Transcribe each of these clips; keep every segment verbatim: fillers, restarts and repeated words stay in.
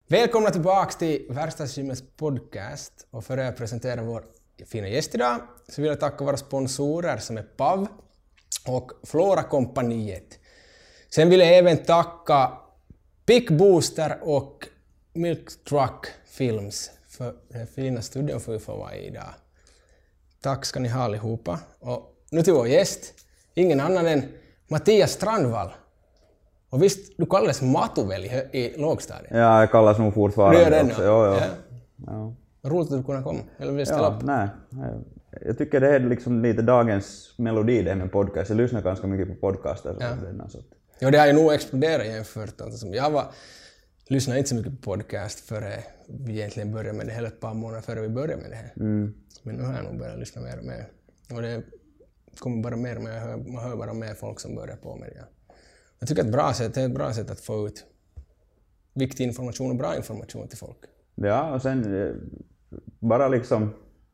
Välkomna tillbaka till Verkstadsgymets podcast, och för att presentera vår fina gäst idag så vill jag tacka våra sponsorer som är P A V och Flora-kompaniet. Sen vill jag även tacka Pick Booster och Milk Truck Films för den fina studion för att få vara i idag. Tack ska ni ha allihopa. Och nu till vår gäst, ingen annan än Mattias Strandvall. Och visst, du kallades Matu väl i, i lågstadiet? Ja, jag kallas nog fortfarande. Du gör det också. Jo, jo. Ja. Ja. Roligt att du kunde komma. Eller vill ställa Ja, upp? nej. Jag tycker det är liksom lite dagens melodi det här med podcast. Jag lyssnar ganska mycket på podcaster. Ja. Denna, så att... Jo, det har ju nog exploderat jämfört. Alltså, jag var, lyssnade inte så mycket på podcast före vi egentligen började med det, heller ett par månader före vi började med det här. Mm. Men nu har jag nog börjat lyssna mer och mer. Och det kommer bara mer och mer, hör, man hör bara mer folk som börjar på med det. Ja. Jag tycker att ett bra sätt, det är ett bra sätt att få ut viktig information och bra information till folk. Ja, och sen eh, bara liksom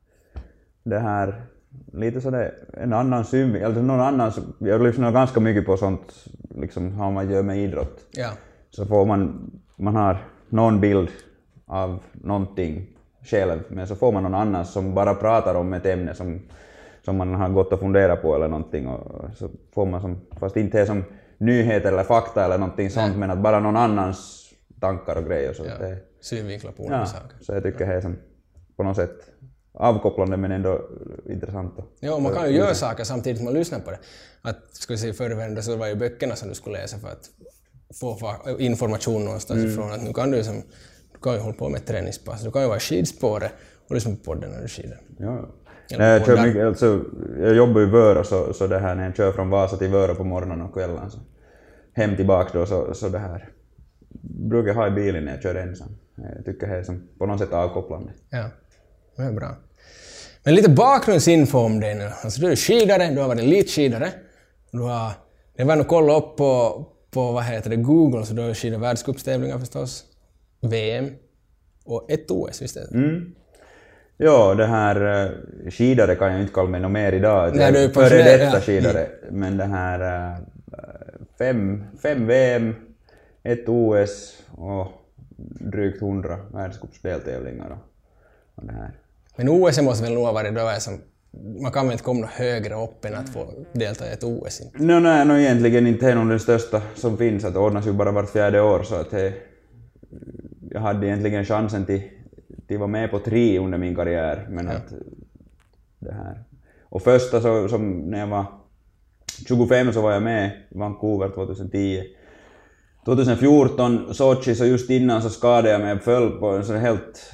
det här, lite sådär en annan syn, alltså någon annan, jag lyssnar ganska mycket på sånt, liksom vad man gör med idrott. Ja. Så får man, man har någon bild av någonting själv, men så får man någon annan som bara pratar om ett ämne som, som man har gått och funderat på eller någonting, och så får man som, fast inte är som nyheter eller fakta eller någonting sånt, nej, men att bara någon annans tankar och grejer. Så ja. det, synvinklar på olika ja, saker. så jag tycker det är som på något sätt avkopplande men ändå intressant. Ja, man kan ju göra saker samtidigt som man lyssnar på det. Att, ska vi säga, förr så var ju böckerna som du skulle läsa för att få information någonstans mm. ifrån. Att nu kan du, som, du kan ju hålla på med ett träningspass, du kan ju vara skidspåret och lyssna på podden när du skidar. Ja. Nej, jag, kör mycket, alltså, jag jobbar i Vörå, så, så det här, när jag kör från Vasa till Vörå på morgonen och kvällen, så hem tillbaka då, så, så det här brukar jag ha i bilen när jag kör ensam. Jag tycker det är som på något sätt avkopplande. Ja, det är bra. Men lite bakgrundsinfo om dig nu. Alltså du är skidare, du har varit elitskidare. Du har, det var nog kolla upp på, på vad heter det, Google, så du har skidat världscupstävlingar förstås, V M och ett O S, visst är det? Mm. Ja, det här skidare kan jag inte kalla mig något mer idag. Nej, du är på före detta ja. skidare. Men det här fem, fem V M, ett O S och drygt hundra världscupsdeltävlingar. Och det här. Men O S måste väl nog ha varit då som, man kan väl inte komma högre upp än att få delta i ett O S? Inte? No, nej, no, egentligen inte är nog den största som finns. Att det ordnas ju bara vart fjärde år, så att det, jag hade egentligen chansen till att vara med på tre under min karriär. Men ja. att det här. Och första så, som när jag var tjugofem så var jag med i Vancouver tjugohundratio. tjugohundrafjorton Sochi, så just innan så skadade jag mig och föll på en sån helt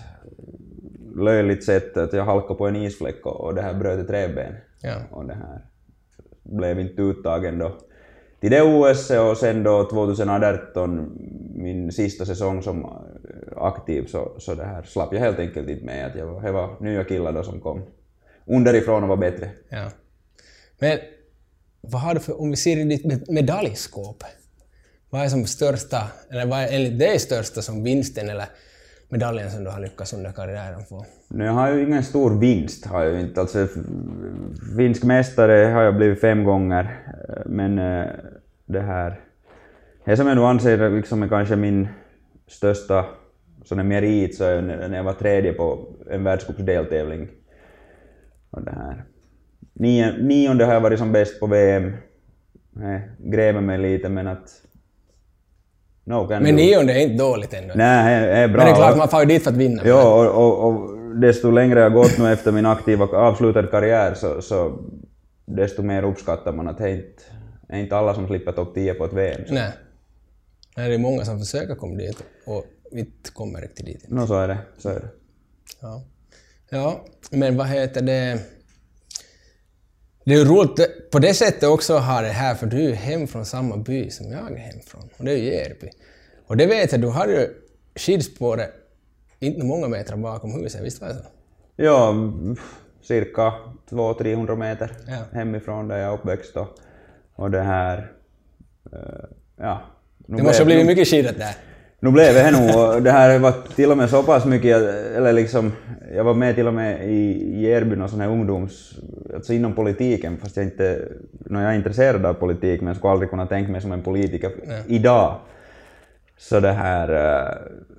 löjligt sätt att jag halkade på en isfläck och, och det här bröt ett revben. Ja. Och det här blev inte uttagen då till det O S, och sen då tjugoarton, min sista säsong som aktiv, så, så det här slapp jag helt enkelt inte med. Att jag var, det var nya killar då som kom underifrån och var bättre. Ja. Men vad har du för, om vi ser i ditt medaljskåp, vad är som största, eller vad är enligt dig största som vinsten eller medaljen som du har lyckats under karriären få? Nu, jag har ju ingen stor vinst, har jag inte. Alltså, finsk mästare har jag blivit fem gånger, men det här, det som jag nu anser liksom är kanske min största sån merit, så är när jag var tredje på en världscupsdeltävling. Och det här. Nio, nionde har jag varit som bäst på V M. Jag gräver mig lite, men att no, men du... nionde är inte dåligt ändå. Nej, det är bra. Men det är klart man får ju dit för att vinna. Ja, och, och, och desto längre jag gått nu efter min aktiva avslutade karriär, så, så desto mer uppskattar man att det är inte, är inte alla som slipper topp tio på ett V M. Så. Nej. Nej, det är många som försöker komma dit och inte kommer riktigt dit. No, så är det. Så är det. Ja. Ja, men vad heter det? Det är ju roligt på det sättet också att ha det här, för du är hem från samma by som jag är hemifrån. Och det är ju Järby. Och det vet jag, du hade ju skidspåret inte många meter bakom huset, visst var det så? Ja, cirka två till trehundra meter ja. hemifrån där jag är uppväxt. Och, och det här, ja. Det måste ha blivit mycket skidat där. Nu blev det nog, det här var till och med så pass mycket, eller liksom, jag var med till och med i Järby och sån här ungdoms, alltså inom politiken, fast jag inte, när jag är intresserad av politik, men jag skulle aldrig kunna tänka mig som en politiker Nej. idag. Så det här,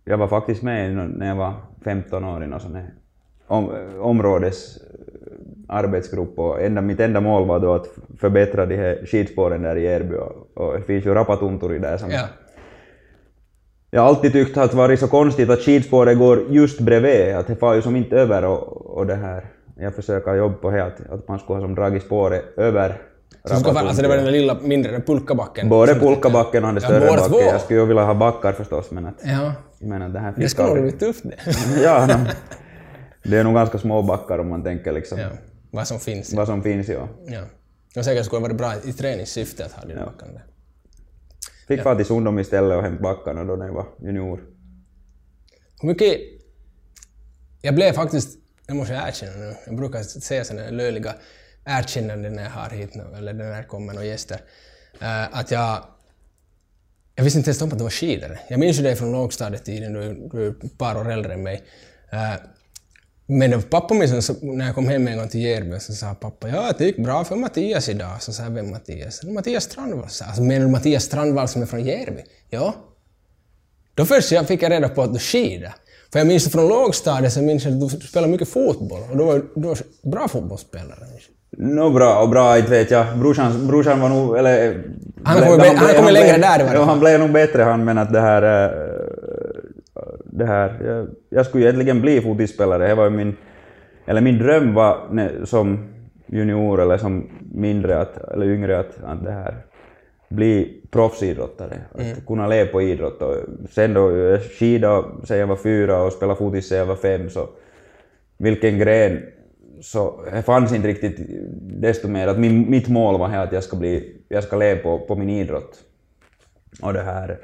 jag var faktiskt med när jag var femton år i någon sån här om, områdes arbetsgrupp och enda, mitt enda mål var då att förbättra de här skidspåren där i Järby och, och det finns ju Rapatunturi där som Ja. jag har alltid tyckt att det varit så konstigt att skidspåret går just bredvid, att det far ju som inte över och, och det här. Jag försöker jobba på det att, att man skulle ha som dragit spåret över. Så ska, alltså det var den lilla mindre pulkabacken? Både pulkabacken och den större ja, backen. Två. Jag skulle ju vilja ha backar förstås, men att, ja. men att det här det ska nog bli tufft det. ja, no, det är nog ganska små backar om man tänker liksom. Ja, vad som finns. Vad som finns, ja. Ja. Och säkert skulle det vara bra i träningssyfte att ha de ja. backarna. Fick ja. fara till Sundom istället och hämta backarna då när jag var junior. Hur mycket... Jag blev faktiskt, jag måste erkänna nu, jag brukar säga sådana löjliga erkännanden när jag har hit nu, eller när det kommer några gäster, uh, att jag... Jag visste inte ens om att det var skidare. Jag minns ju det från lågstadietiden, du, du är ett par år äldre än mig. Uh, men det var pappa min som, när jag kom hem en gång till Järby så sa pappa, ja det gick bra för Mattias idag. Så sa jag, vem Mattias? Mattias Strandvall. Alltså menar du Mattias Strandvall som är från Järby? Ja. Då först jag fick jag reda på att du skidade. För jag minns från lågstadiet så minns jag att du spelade mycket fotboll. Och du var, du var bra fotbollsspelare. Nå no, bra och bra, inte vet jag. Brorsan, brorsan var nog, eller... Han kom längre blev, där i varje fall. Han blev nog bättre han, men att det här... Det här jag, jag skulle egentligen bli fotbollsspelare. Det var min... Eller min dröm var ne, som junior eller som mindre, att, eller yngre, att, att det här... Bli proffsidrottare. Mm. Att kunna leva på idrott. Och sen då jag skida sen jag var fyra och spela fotboll sen jag var fem, så... Vilken gren... Så det fanns inte riktigt desto mer att min, mitt mål var här att jag ska bli, jag ska leva på, på min idrott. Och det här...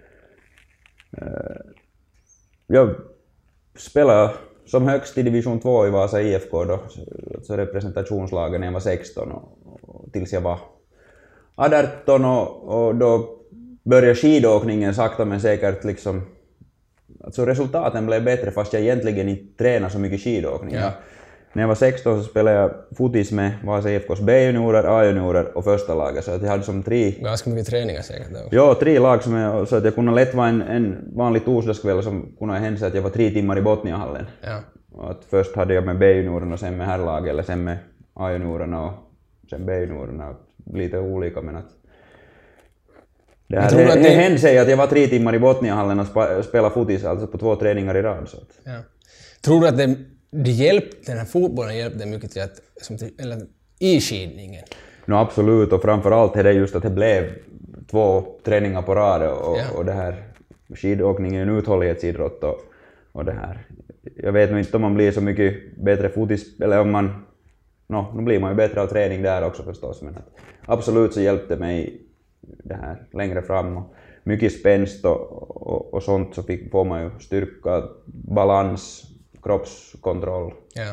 Eh, jag spelade som högst i division två i Vasa I F K då, så representationslagen när jag var sexton och, och tills jag var arton och, och då började skidåkningen sakta men säkert liksom... Alltså resultaten blev bättre fast jag egentligen inte tränade så mycket skidåkning. Ja. När jag var sexton så spelade jag fotis med Vasa I F K:s B-juniorer, A-juniorer och första laget, så att jag hade som tre... Ganska mycket träningar säkert då. Ja, tre lag som jag, så att jag kunde lätt vara en, en vanlig torsdagskväll som kunde hända att jag var tre timmar i Botniahallen. Ja. Och att först hade jag med B-junioren och sen med herrlaget, eller sen med A-juniorerna och sen B-juniorerna. Lite olika, men att... Det här, det, det hände sig att jag var tre timmar i Botniahallen och spa, spelade fotis alltså på två träningar i rad. Så att. Ja. Tror du att det... Det hjälpte, den här fotbollen hjälpte mycket till att, som till, eller i skidningen? No, absolut, och framförallt är det just att det blev två träningar på rad och, ja. och det här skidåkningen är en uthållighetsidrott och, och det här. Jag vet nog inte om man blir så mycket bättre fotis, eller om man, no, nu blir man ju bättre av träning där också förstås, men att absolut så hjälpte mig det här längre fram och mycket spänst och, och, och sånt, så fick, får man ju styrka, balans, kroppskontroll. Ja.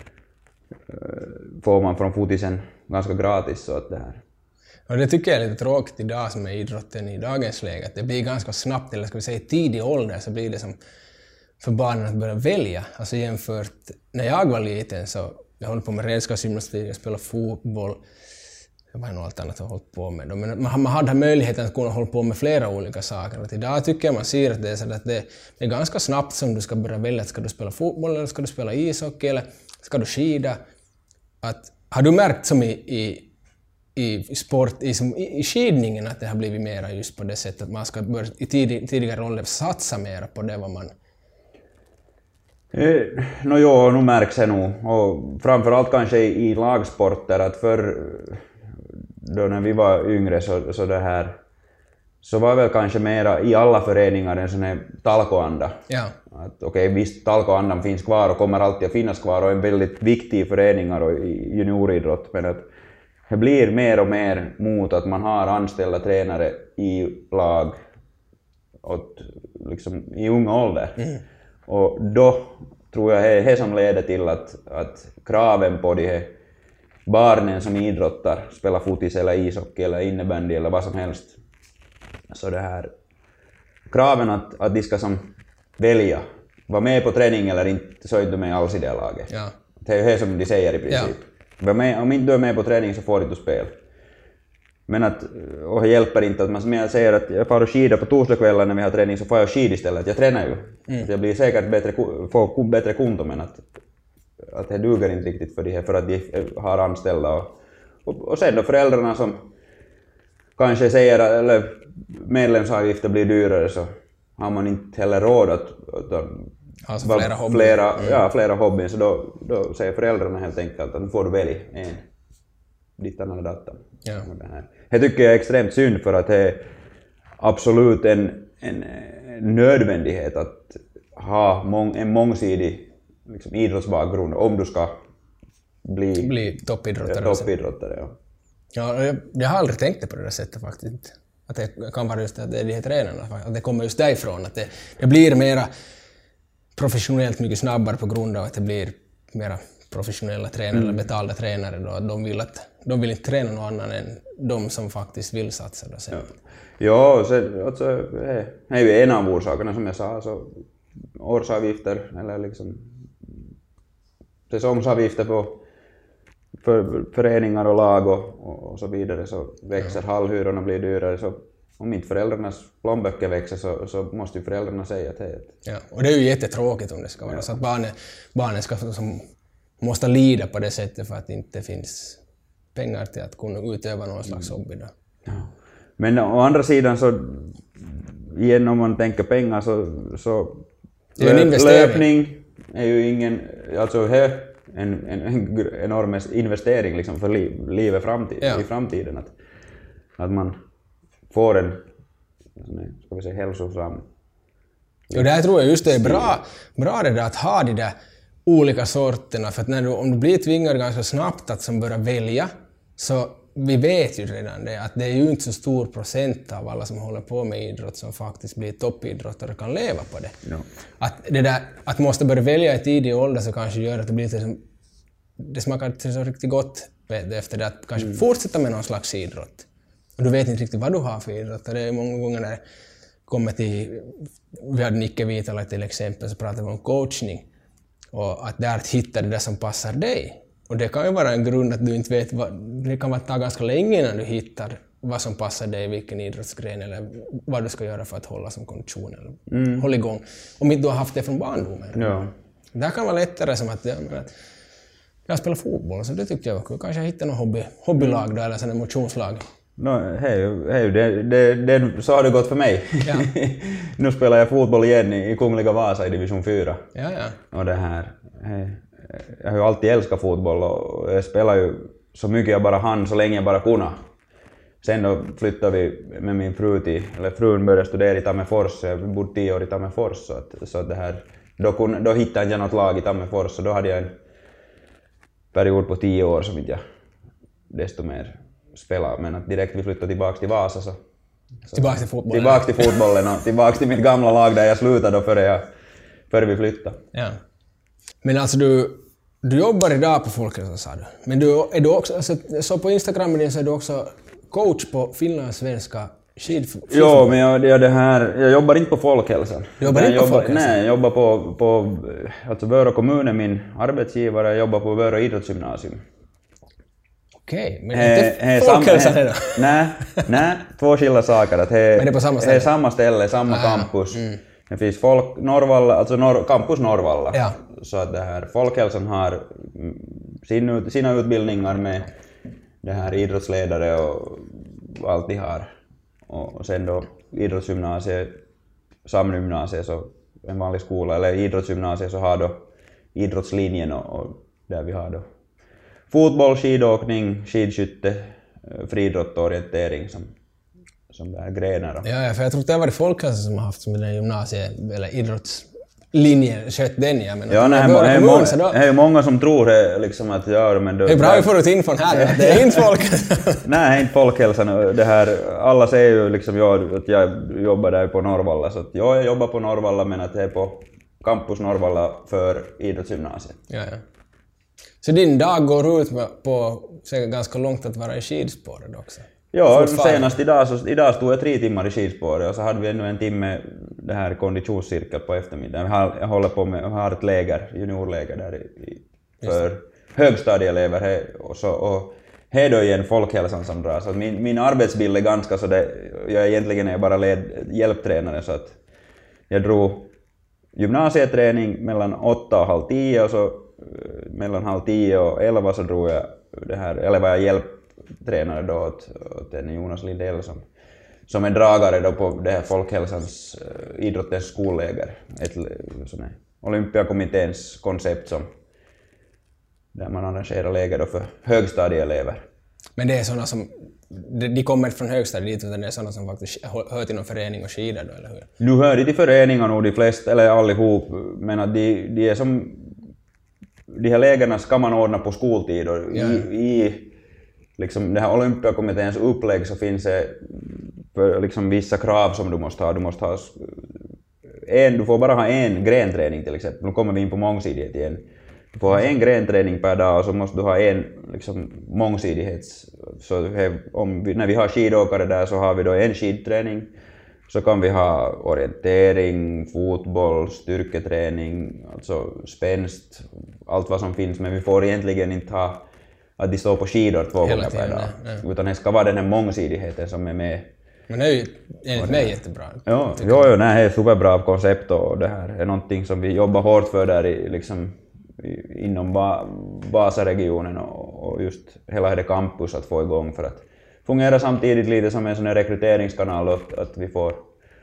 Får man från fotisen ganska gratis, så att det här. Och det tycker jag är lite tråkigt idag som är idrotten i dagens läge. Att det blir ganska snabbt, eller ska vi säga i tidig ålder, så blir det som för barnen att börja välja. Alltså jämfört när jag var liten så jag höll på med redskapsgymnastik, jag spelade fotboll. Det var nog allt annat jag hållit på med. Men man hade möjligheten att kunna hålla på med flera olika saker. Att idag tycker jag man ser att det är, så att det är ganska snabbt som du ska börja välja. Ska du spela fotboll eller ska du spela ishockey eller ska du skida? Att, har du märkt som i, i, i sport, i, som, i, i skidningen, att det har blivit mera just på det sättet att man ska börja i tidig, tidigare roller satsa mera på det vad man... Eh, no, jo, nu märks det nog. Och framförallt kanske i, i lagsporter att för då när vi var yngre så, så det här så var väl kanske mera i alla föreningar en sån här talkoanda. Ja. Att okej, okay, visst talkoandan finns kvar och kommer alltid att finnas kvar och är en väldigt viktig föreningar och i junioridrott, men att det blir mer och mer mot att man har anställda tränare i lag åt, liksom, i unga ålder. Mm. Och då tror jag det är det som leder till att, att kraven på de här barnen som idrottar, spelar fotis eller ishockey eller innebandy eller vad som helst. Så det här kraven att, att de ska som välja, vara med på träning eller inte, så är du med alls i det laget. Ja. Det är ju det som de säger i princip. Ja. Med, om inte du är med på träning så får du inte spela. Men att, och det hjälper inte att man, som jag säger att jag får skida på torsdagskvällar när vi har träning så får jag skid istället. Jag tränar ju. Mm. Jag blir säkert bättre, får bättre konto men att, att det duger inte riktigt för det här för att de har anställda. Och, och, och sen då föräldrarna som kanske säger eller medlemsavgifter blir dyrare så har man inte heller råd att, att alltså flera hobbyer. Flera, mm. Ja, flera hobbyer. Så då, då säger föräldrarna helt enkelt att nu får du välja en. Dittan eller dattan. Ja. Det tycker jag är extremt synd för att det är absolut en, en nödvändighet att ha mång, en mångsidig liksom, idrottsbakgrund om du ska bli, bli toppidrottare. Ja, toppidrottare ja. Ja, jag, jag har aldrig tänkt på det där sättet faktiskt. Att det kan vara just att det är de här tränarna, att det kommer just därifrån. Att det, det blir mera professionellt mycket snabbare på grund av att det blir mera professionella tränare mm. eller betalda tränare då, att de vill att de vill inte träna någon annan än de som faktiskt vill satsa då sen. Ja, ja så, alltså, det är ju en av orsakerna som jag sa, alltså, årsavgifter eller liksom säsongsavgifter på för föreningar och lag och, och så vidare så växer ja. Hallhyrorna blir dyrare så om inte föräldrarnas plånböcker växer så, så måste ju föräldrarna säga att det. Ja, och det är ju jättetråkigt om det ska vara ja. Så att barnen, barnen ska som, måste lida på det sättet för att det inte finns pengar till att kunna utöva någon slags hobby då. Ja. Men å andra sidan så igen om man tänker pengar så, så det är en investering. Löpning är ju ingen, alltså här en, en, en enorm investering liksom för liv, livet framtid, ja. I framtiden att, att man får en ska vi säga hälsosam. Jo, det här tror jag just det är bra, bra det där att ha de där olika sorterna för att när du, om du blir tvingad ganska snabbt att som börja välja så vi vet ju redan det att det är ju inte så stor procent av alla som håller på med idrott som faktiskt blir toppidrottare och kan leva på det. Ja. Att det där att måste börja välja i tidig ålder så kanske gör att det blir som, det smakar inte så riktigt gott efter det att kanske mm. fortsätta med någon slags idrott. Och du vet inte riktigt vad du har för idrott. Det är många gånger när det kommer till, vi hade Nicke Vitala till exempel så pratade vi om coachning och att där att hitta det där som passar dig. Och det kan ju vara en grund att du inte vet vad, det kan ta ganska länge innan du hittar vad som passar dig, vilken idrottsgren eller vad du ska göra för att hålla som kondition eller mm. hålla igång. Om inte du har haft det från barndomen. Ja. Det kan vara lättare som att, ja, men att jag spelar fotboll så det tyckte jag var kul. Kanske hitta något hobby, hobbylag då, eller sådana motionslag. No, hej, hej, det, det, det, så har det gått för mig. Ja. Nu spelar jag fotboll igen i, i Kungliga Vasa i division fyra. Ja, ja. Och det här, hej, jag har ju alltid älskat fotboll och jag spelar ju så mycket jag bara hann så länge jag bara kunde. Sen då flyttade vi med min fru till, eller frun började studera i Tammerfors, jag bodde tio år i Tammerfors så att, så att det här, då, kunde, då hittade jag något lag i Tammerfors så då hade jag en period på tio år som inte jag desto mer spela, men att direkt vi flyttade tillbaka till Vasa så... så tillbaka till fotbollen? Tillbaka till fotbollen och tillbaka till mitt gamla lag där jag slutade före, jag, före vi flyttade. Ja. Men alltså du, du jobbar idag på Folkhälsan sa du, men du, är du också, alltså, så på Instagram din så är du också coach på finlandssvenska skidfotboll? Jo, men jag, jag, det här, jag jobbar inte på Folkhälsan. Du jobbar inte på jobbar, Folkhälsan? Nej, jag jobbar på, på alltså Vörå kommun är min arbetsgivare, jag jobbar på Vörå idrottsgymnasium. Okej, men he, inte he, Folkhälsan he, då? Nej, nej, två skilda saker. Att he, men det är på samma ställe? Det är samma ställe, samma ah, campus. Mm. Det finns folk, Norrvalla, alltså Nor, campus Norrvalla. Ja. Så att det här, Folkhälsan har sin, sina utbildningar med det här idrottsledare och allt de har. Och sen då idrottsgymnasiet, samgymnasiet, så en vanlig skola, eller idrottsgymnasiet så har då idrottslinjen och, och där vi har då fotboll, skidåkning, skidskytte, friidrott och orientering som, som det här grenar. Ja, ja, för jag tror att det har varit Folkhälsan som har haft som den gymnasie eller idrottslinjen, skött den, jag menar. Ja, nej, det är, kommun, må, är många som tror det, liksom att ja, men... Det är bra att vi får ut infon här, att det är inte Folkhälsan. Nej, inte Folkhälsan. Det här, alla säger ju liksom jag, att jag jobbar där på Norrvalla, så att ja, jag jobbar på Norrvalla men att det är på campus Norrvalla för idrottsgymnasiet. Ja, ja. Så din dag går ut på säkert ganska långt att vara i skidspåret också? Ja, senast idag, så, idag stod jag tre timmar i skidspåret och så hade vi ännu en timme det här konditionscirkel på eftermiddagen. Jag håller på med, jag har ett läger, juniorläger där i, för högstadieelever och, så, och här då igen folkhälsan som drar. Så att min, min arbetsbild är ganska så det, jag egentligen är bara led, hjälptränare så att jag drog gymnasieträning mellan åtta och halv tio och så mellan halv tio och elva så drog jag det här, eller var jag hjälptränare då åt, åt en Jonas Lindell som, som är dragare då på det här folkhälsans uh, idrottens skolläger. Ett sån här Olympiakommitténs koncept som där man arrangerar läger då för högstadieelever. Men det är sådana som, de kommer inte från högstadiet dit utan det är sådana som faktiskt hör till någon förening och skidor då, eller hur? Du hör till föreningar nog de flesta, eller allihop, men att de, de är som, de här lägerna ska man ordna på skoltid och ja. i, i liksom det här Olympiakommitténs upplägg så finns det för liksom vissa krav som du måste ha. Du måste ha en, du får bara ha en grenträning till exempel. Nu kommer vi in på mångsidighet igen. Du får ha en grenträning per dag och så måste du ha en liksom, mångsidighets... Så om vi, när vi har skidåkare där så har vi då en skidträning. Så kan vi ha orientering, fotboll, styrketräning, alltså spänst, allt vad som finns. Men vi får egentligen inte ha att de står på skidor två gånger per dag. Nej. Utan det ska vara den här mångsidigheten som är med. Men det är ju enligt mig jättebra. Ja, jo, jo, det här är superbra koncept och det här är någonting som vi jobbar hårt för där i, liksom, i, inom ba, Vasaregionen och, och just hela det campus att få igång för att fungera samtidigt lite som en sån här rekryteringskanal att, att vi får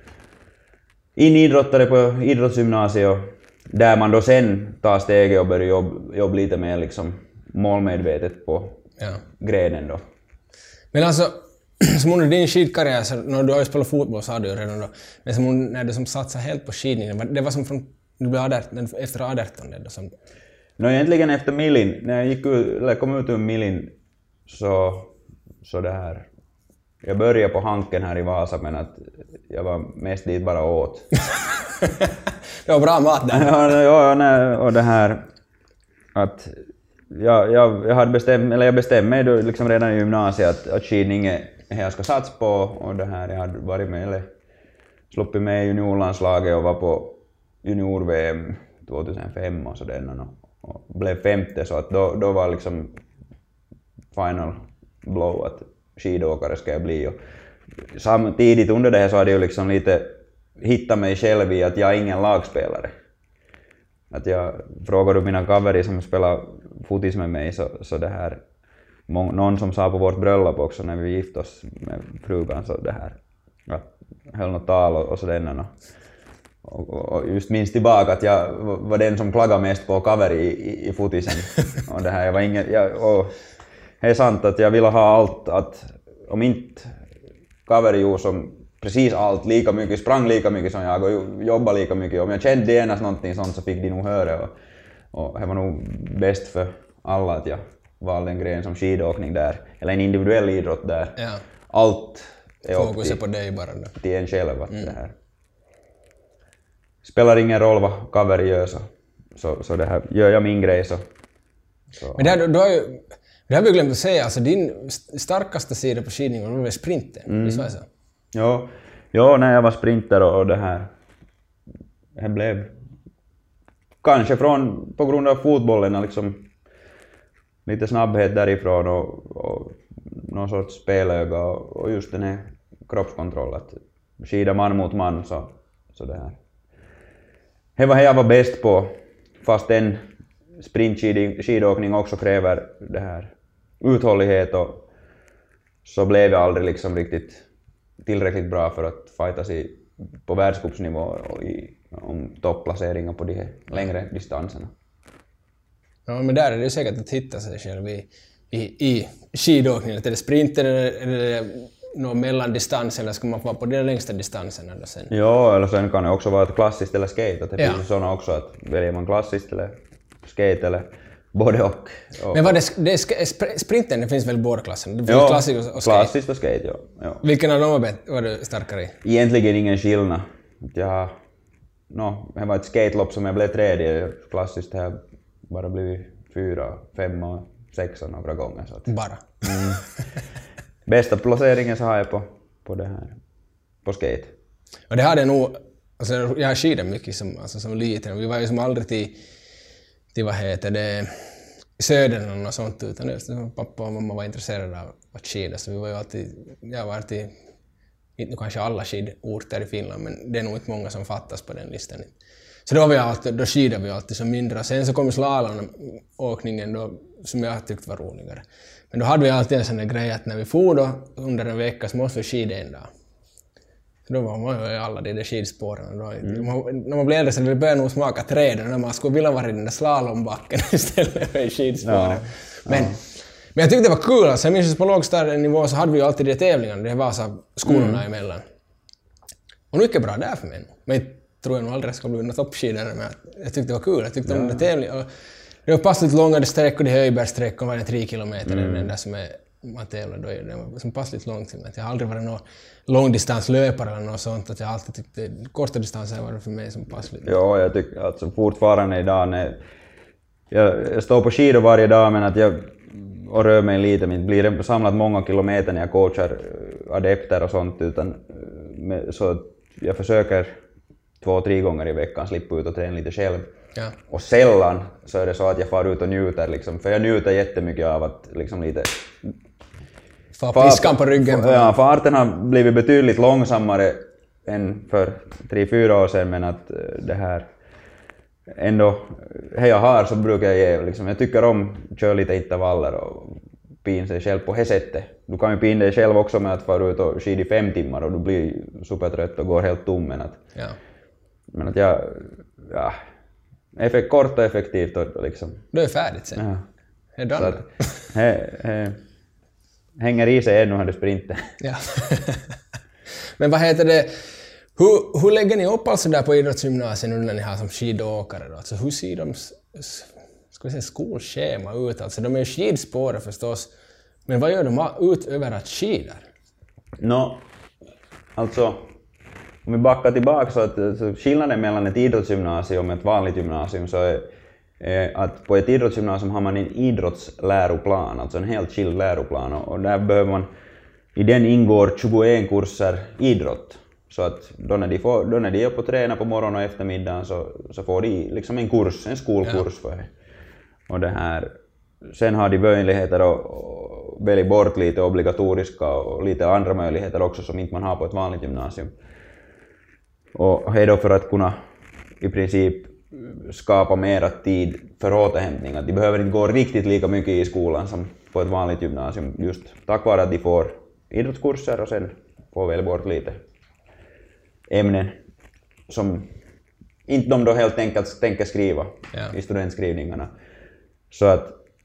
in idrottare på idrottsgymnasiet där man då sen tar steget och börjar jobba jobb lite mer liksom målmedvetet på ja. grenen då. Men alltså som under din skidkarriär, så när du har ju spelat fotboll så har du ju redan då, men som när du som satsade helt på skidningen, det var som från du blev arton, efter arton det som... No, egentligen efter Milin, när jag gick ut, eller kom ut ur Milin så, så det här, jag började på Hanken här i Vasa men att jag var mest dit bara åt. Det var bra mat där. Ja, ja, nej, och det här att jag, jag, jag hade bestämt, eller jag bestämde mig då, liksom redan i gymnasiet att, att skidning är det jag ska satsa på och det här, jag hade varit med eller sluppit med i juniorlandslaget och var på junior-V M tjugohundrafem och sådär och blev femte så att då, då var liksom final blow att skidåkare ska jag bli och samtidigt under det här så hade jag liksom lite hittat mig själv i att jag är ingen lagspelare. Att jag frågar du mina kaverer som spelar fotis med mig så, så det här någon som sa på vårt bröllop också när vi gifte oss med frugan så det här att höll något tal och, och sådär och, och just minns tillbaka att jag var den som klagade mest på kaver i, i, i fotisen och det här jag var ingen jag, och det är sant att jag ville ha allt att om inte kaver gjorde som precis allt lika mycket sprang lika mycket som jag och jobbade lika mycket om jag kände genast någonting sånt så fick de nog höra och, och det var nog bäst för alla att jag valde en gren som skidåkning där eller en individuell idrott där ja. Allt är fokus är på dig bara då. Till en själv att mm. det här spelar ingen roll vad kaver gör så, så, så det här gör jag min grej så, så. Men där, du har ju det har vi glömt att säga alltså din starkaste sida på skidning var väl sprinten mm. visst var det så? Ja, ja, när jag var sprinter och, och det här det blev kanske från på grund av fotbollen liksom lite snabbhet därifrån och, och någon sorts spelöga och, och just den här kroppskontroll att skida man mot man så, så det här. Det var det jag var bäst på fast en sprintskidåkning också kräver det här uthållighet och så blev jag aldrig liksom riktigt tillräckligt bra för att fightas i, på världscupsnivå och i, om topplaceringar på de här längre distanserna. Ja, men där är det säkert att hitta sig själv i, i, i skidåkningen. Är det sprinter eller är det någon mellandistans eller ska man vara på den längsta distansen? Eller sen? Ja, eller sen kan det också vara ett klassiskt eller skate. Att det ja. finns sådana också att väljer man klassiskt eller skate eller både och. och men vad det, det är sprinten, det finns väl båda klasserna? Det finns ja, klassiskt och skate. Klassiskt och skate, ja. ja. Vilken av dem var, var du starkare i? Egentligen ingen skillnad. Jag, no, det var ett skatelopp som jag blev tredje. Klassiskt har jag bara blivit fyra, fem och sex några gånger. Så att, bara? Mm. Bästa placeringen så har jag på, på det här, på skate. Och det hade nog, alltså jag har skidat mycket som, alltså som liten. Vi var ju som aldrig till, till vad heter det, södern och något sånt, utan just pappa och mamma var intresserade av att skida, så vi var ju alltid, jag var alltid, inte kanske alla skidorter i Finland, men det är nog inte många som fattas på den listan. Så då, var vi alltid, då skidade vi alltid som mindre. Sen så kom slalomåkningen då, som jag tyckte var roligare. Men då hade vi alltid en sån där grej att när vi for då, under en vecka så måste vi skida en dag. Så då var man ju alla de där skidspåren. Då, mm. man, när man blev äldre så började nog smaka träden när man skulle vilja vara i den där slalombacken istället för skidspåren. Ja. Men, ja. men jag tyckte det var kul. Alltså, jag minns på lågstadienivå så hade vi ju alltid de tävlingarna. Det var så skolorna mm. emellan. Och mycket bra där för mig. Men tror jag nog aldrig ska bli någon toppskidare, men jag tyckte det var kul. Jag tyckte ja. om det tävling. Det var passligt långa sträckor, det höjbergsträckor var det tre kilometer, mm. den där som är, man tävlar då, det var som passligt långt. Jag har aldrig varit någon långdistanslöpare eller något sånt, att jag har alltid tyckt korta distanser var det för mig som passligt. Ja, jag tycker alltså fortfarande idag när jag, jag står på skidor varje dag, men att jag och rör mig lite, men det blir samlat många kilometer när jag coachar adepter och sånt, utan så jag försöker två, tre gånger i veckan slippa ut och träna lite själv. Ja. Och sällan så är det så att jag far ut och njuter, liksom, för jag njuter jättemycket av att liksom lite... Få piskan på ryggen. På ja, farten har blivit betydligt långsammare än för tre, fyra år sedan, men att det här... Ändå, det jag har så brukar jag ge, liksom, jag tycker om att köra lite intervaller och pin sig själv på det sättet. Du kan ju pina dig själv också med att fara ut och skida i fem timmar och du blir supertrött och går helt tom, men att... Ja. Men att jag, ja, effekt, kort och effektivt och liksom. Du är färdigt sen. Ja. Är done. Så att, he, he, hänger i sig ännu har du sprinter. Ja. Men vad heter det, hur, hur lägger ni upp alltså där på idrottsgymnasiet nu när ni har som skidåkare då? Alltså hur ser de, ska vi säga, skolschema ut? Alltså de är ju skidspårare förstås, men vad gör de utöver att skidar? No, alltså... Om vi backar tillbaka så att så skillnaden mellan ett idrottsgymnasium och ett vanligt gymnasium så är, är att på ett idrottsgymnasium har man en idrottsläroplan, alltså en helt skild läroplan, och där behöver man, i den ingår tjugoett kurser idrott. Så att då när de, får, då när de är på träna på morgonen och eftermiddagen så, så får de liksom en kurs, en skolkurs för det. Och det här, sen har de möjligheter att välja bort lite obligatoriska och lite andra möjligheter också som inte man har på ett vanligt gymnasium. Och det är då för att kunna i princip skapa mera tid för återhämtning. Att de behöver inte gå riktigt lika mycket i skolan som på ett vanligt gymnasium, just tack vare att de får idrottskurser och sen får välja bort lite ämnen som inte de då helt enkelt tänker skriva ja. i studentskrivningarna. Så att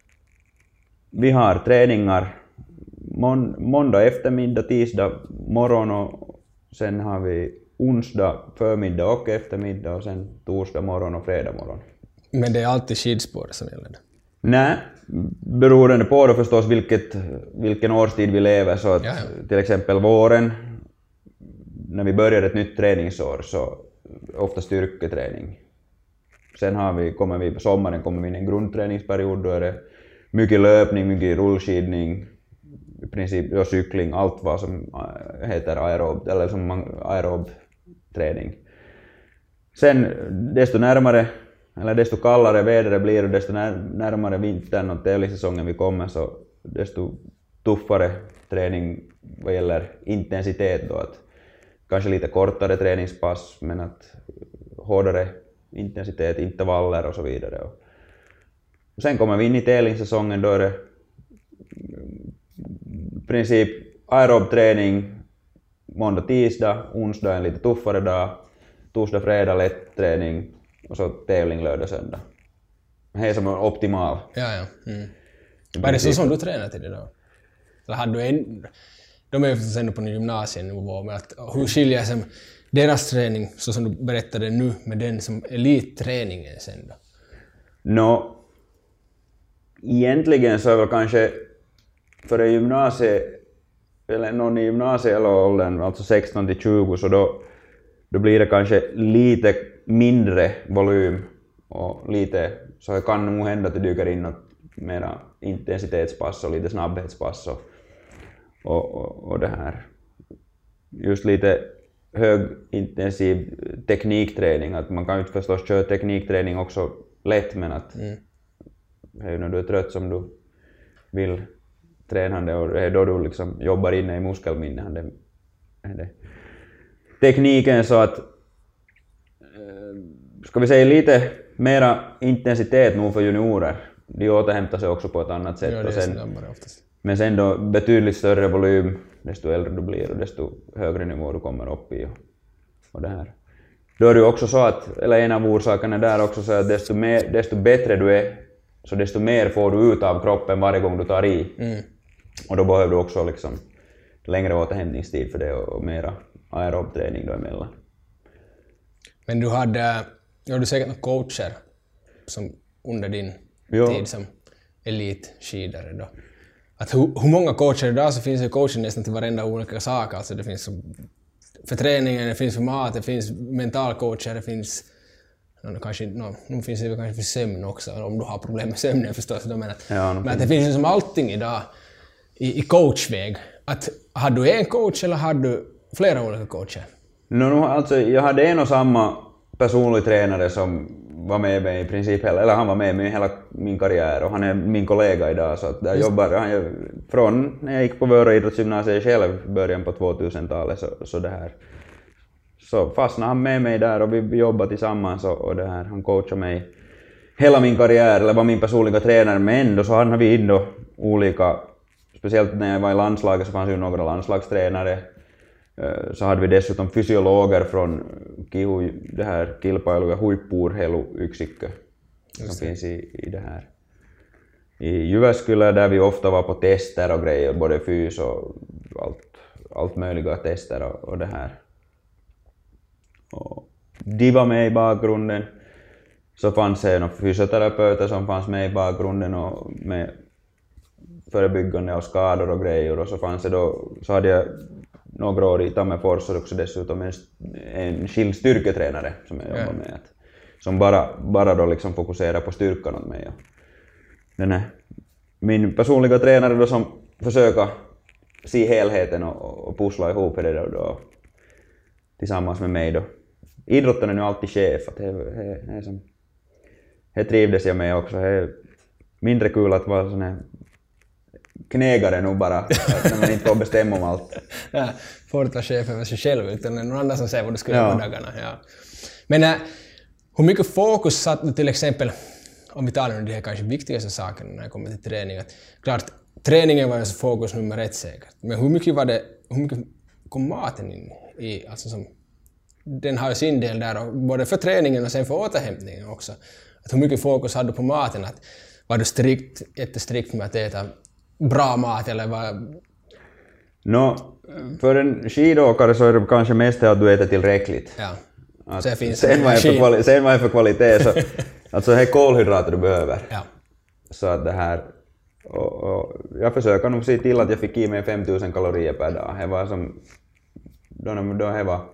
vi har träningar mån- måndag eftermiddag, tisdag morgon och sen har vi onsdag förmiddag och eftermiddag och sen torsdag morgon och fredag morgon. Men det är alltid skidspår som gäller det? Nej, beroende på då förstås vilket, vilken årstid vi lever. Så att ja, ja. Till exempel våren, när vi börjar ett nytt träningsår så ofta styrketräning. Sen har vi, kommer vi på sommaren kommer vi in i en grundträningsperiod, då är det mycket löpning, mycket rullskidning, i princip ja, cykling, allt vad som heter aerob, eller som aerob träning. Sen desto närmare, eller desto kallare vädret blir och desto närmare vintern och tävlingssäsongen vi kommer så desto tuffare träning vad gäller intensitet då, att kanske lite kortare träningspass men att hårdare intensitet, intervaller och så vidare. Och sen kommer vi in i tävlingssäsongen, då är det i princip aerob träning måndag, tisdag, onsdag en lite tuffare dag, torsdag, fredag lätt träning och så tävling lördag, söndag. Det är som optimal. Ja, ja. Mm. Var det så som du tränar till det då? Eller hade du en... De är ju sen på gymnasienivå, men att hur skiljer sig deras träning, så som du berättade nu, med den som elitträningen sen då? Nå, egentligen så är väl kanske för en gymnasie, eller någon i gymnasieåldern, alltså sexton till tjugo, så då, då blir det kanske lite mindre volym och lite, så det kan nog hända att det dyker in något mera intensitetspass och lite snabbhetspass och, och, och, och det här. Just lite högintensiv teknikträning, att man kan ju förstås köra teknikträning också lätt, men att mm. det är ju när du är trött som du vill träna det och det är då du liksom jobbar inne i muskelminne. Det, det. Tekniken så att ska vi säga lite mera intensitet nog för juniorer. De återhämtar sig också på ett annat sätt. Ja, det är och sen, oftast. Men sen då betydligt större volym, desto äldre du blir och desto högre nivå du kommer upp i. Och, och det här. Då är det också så att, eller en av orsakerna där också så att desto, mer, desto bättre du är, så desto mer får du ut av kroppen varje gång du tar i. Mm. Och då behöver du också liksom längre återhämtningstid för det och mera aerob träning då emellan. Men du hade, ja, du säkert några coacher som under din jo. tid som elitskidare då. Att hur, hur många coacher idag så finns det coacher nästan till varenda olika sak. Alltså det finns för träningen, det finns för mat, det finns mentalcoacher, det finns no, kanske, no, nu finns det kanske för sömn också om du har problem med sömnen förstås. Då, men att, ja, men att det finns ju som allting idag i, i coachväg. Att, har du en coach eller har du flera olika coacher? No, alltså, jag hade en och samma personlig tränare som var med mig i princip hela, eller han var med mig hela min karriär och han är min kollega idag så att där jobbar han från när jag gick på Vörå idrottsgymnasiet själv början på tvåtusentalet så, så det här. Så fastnade han med mig där och vi jobbade tillsammans och, och det här, han coachade mig hela min karriär eller var min personliga tränare men ändå så hade vi in då olika, speciellt när jag var i landslaget så fanns ju några landslagstränare. Så hade vi dessutom fysiologer från Kihu, det här kilpailu- ja huippu-urheiluyksikkö som finns i, i det här. I Jyväskylä där vi ofta var på tester och grejer, både fys och allt, allt möjliga tester och, och det här. Och de var med i bakgrunden. Så fanns det några fysioterapeuter som fanns med i bakgrunden och med förebyggande av skador och grejer och så fanns det då, så hade jag några år i Tammerfors och också dessutom en, en skild styrketränare som jag jobbar med. Att, som bara, bara då liksom fokuserar på styrkan åt mig. Den här, min personliga tränare då som försöker se helheten och, och pussla ihop det då, då tillsammans med mig då. Idrotten är nu alltid chef. Att det, det, det, som, det trivdes jag med också. Det är mindre kul att vara sån här knägare nu bara, när man inte får bestämma om allt. Ja, får inte vara chef över sig själv utan någon annan som säger vad du ska göra på dagarna. Ja. Men äh, hur mycket fokus satt du till exempel, om vi talar om de här kanske viktigaste sakerna när det kommer till träning. Att, klart, träningen var ju fokus nummer ett säkert. Men hur mycket var det, hur mycket kom maten in i, alltså som, den har ju sin del där, både för träningen och sen för återhämtningen också. Att hur mycket fokus hade du på maten? Att, var du strikt, jättestrikt med att äta bra mat eller vad? No, för en skidåkare så är det kanske mest att du äter tillräckligt. Ja. Att sen, finns sen, vad är för kvali- sen vad är för kvalitet så alltså det är kolhydrater du behöver. Ja. Så att det här och, och jag försöker nog se till att jag fick i mig femtusen kalorier per dag. Det var som då då det var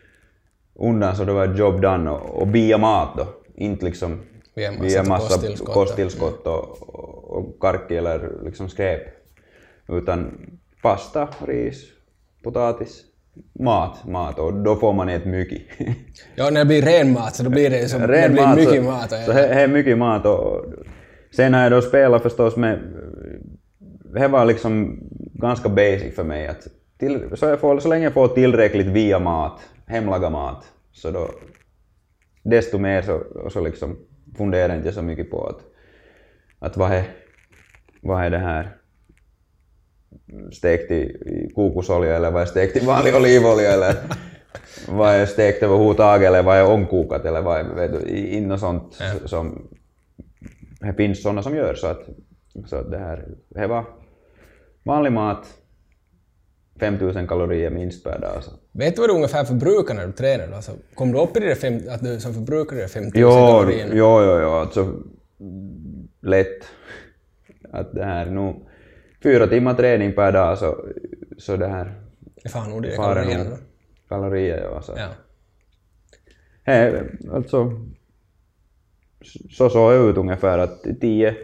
undan så det var job done och, och via mat då, inte liksom via massa, via massa kosttillskott, kosttillskott och, och, och karki eller liksom skräp. Utan pasta, ris, potatis, mat, mat och då får man äta mycket. Ja, när det blir ren mat så då blir det, som, ren det blir mat, mycket så, mat. Så, så det är mycket mat och sen har jag då spelat förstås med, det var liksom ganska basic för mig att till, så, jag får, så länge jag får tillräckligt via mat, hemlaga mat, så då desto mer så, och så liksom funderar inte så mycket på att, att vad är, vad är det här stekt i, i kokosolja eller vad är stekt i vanlig olivolja eller vad är stekt överhuvudtaget eller vad är omkokat eller vad är, vet du, in och sånt ja. Som det finns sådana som gör så att, så att det här det var vanlig mat femtusen kalorier minst per dag. Så. Vet du vad du ungefär förbrukar när du tränar? Alltså, kom du upp i det fem, att du som förbrukar det femtusen kalorier? Jo, jo, jo, alltså lätt att det här nu fyra timmar träning per dag så, så det här det fan nog det kalorier då? Kalorier, ja. Så. Ja. Hey, alltså så såg det ut ungefär att tio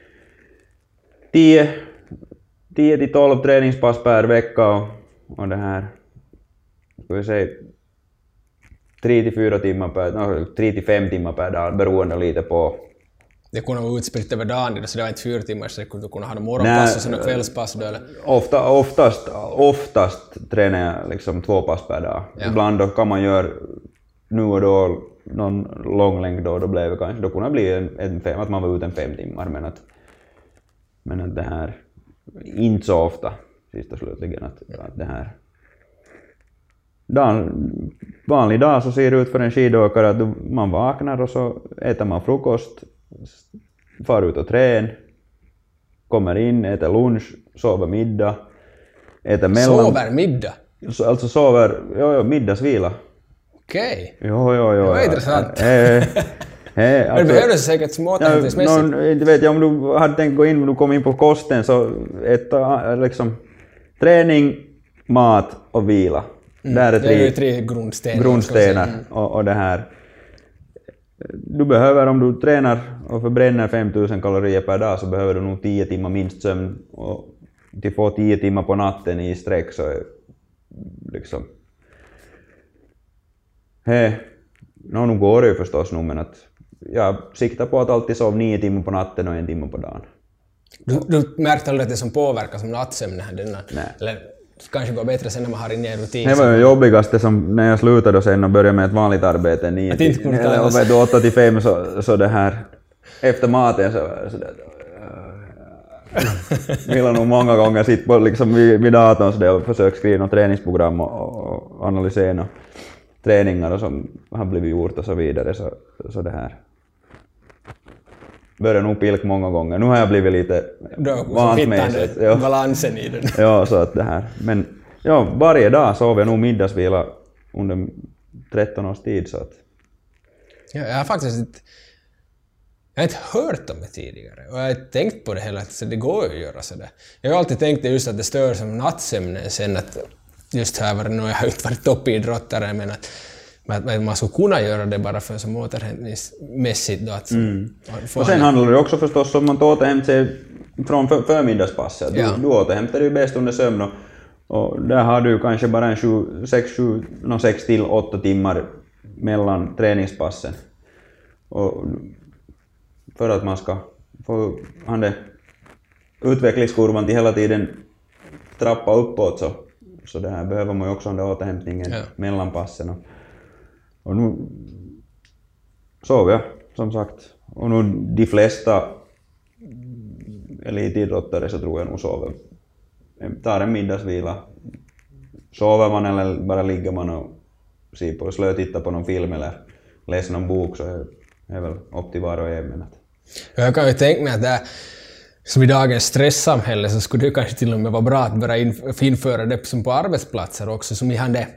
till tolv träningspass per vecka och, och det här ska vi säga tre till fyra timmar per, no, tre till fem timmar per dag beroende lite på det kunde vara utspritt över dagen, så det var inte fyra timmar, så det kunde kunna ha någon morgonpass och sen kvällspass. Då, eller? Ofta, oftast, oftast tränar jag liksom två pass per dag. Ja. Ibland då kan man göra nu och då någon lång längd då, då blev det kanske, då kunde det bli en, en fem, att man var ute en fem timmar, men att, men att det här, inte så ofta, sist och slutligen, att, ja. att det här. Dag, vanlig dag så ser det ut för en skidåkare att man vaknar och så äter man frukost, far ut och trän, kommer in, äter lunch, sover middag, äter mellan... Sover middag? Alltså sover, jo, jo, middagsvila. Okej. Okay. Jo, jo, jo. Det var intressant. He, he, alltså, men behövde säkert småtänkningsmässigt. Ja, inte vet jag om du hade tänkt gå in, om du kom in på kosten, så ett, liksom, träning, mat och vila. Mm, där är tre, det är tre grundstenar. grundstenar mm. och, och det här. Du behöver, om du tränar och förbränner fem tusen kalorier per dag, så behöver du nog tio timmar minst sömn, och till få tio timmar på natten i sträck, så är liksom he, no, nu går det ju förstås nu, men att jag siktar på att alltid sova nio timmar på natten och en timme på dagen. Du, du märkte aldrig att det som påverkar som nattsömnen? Nej. Eller kanske går bättre sen när man har inne en rutin? Det var ju jobbigaste som när jag slutade och sen och började med ett vanligt arbete nio att inte kunna klara sig. åtta till fem, så, så det här efter maten så, så det, jag har nog många gånger sitt på liksom vid, vid datorn så och försökt skriva något träningsprogram och, och analysera något träningar och som har blivit gjort och så vidare, så, så det här börjar nog pilk många gånger. Nu har jag blivit lite vant med det. Balansen i den. Ja, så att det här. Men ja, varje dag sover jag nog middagsvila under tretton års tid, så att. Ja, jag har faktiskt inte, jag har inte hört om det tidigare, och jag har tänkt på det hela, så det går ju att göra sådär. Jag har alltid tänkt just att det stör som nattsömnen sen, att just här var det nog, jag har inte varit toppidrottare, men att Men man skulle kunna göra det bara för som återhämtningsmässigt då att mm. Och sen handlar det också förstås om att återhämta sig från för, förmiddagspasset. Du, ja. du återhämtar dig bäst under sömn, och, och där har du kanske bara en sju, sex, sju, no, sex till åtta timmar mellan träningspassen. Och för att man ska få han det utvecklingskurvan till hela tiden trappa uppåt, så, så det här behöver man ju också den återhämtningen ja. mellan passen. Och, Och nu sover jag, som sagt. Och nu de flesta elitidrottare så tror jag nog sover. Tar en middagsvila. Sover man eller bara ligger man och ser på, slö titta på någon film eller läser någon bok, så är det väl upp till var och en. Men att. Jag kan ju tänka mig att det, som i dagens stresssamhälle, så skulle det kanske till och med vara bra att börja införa det som på arbetsplatser också, som i hade.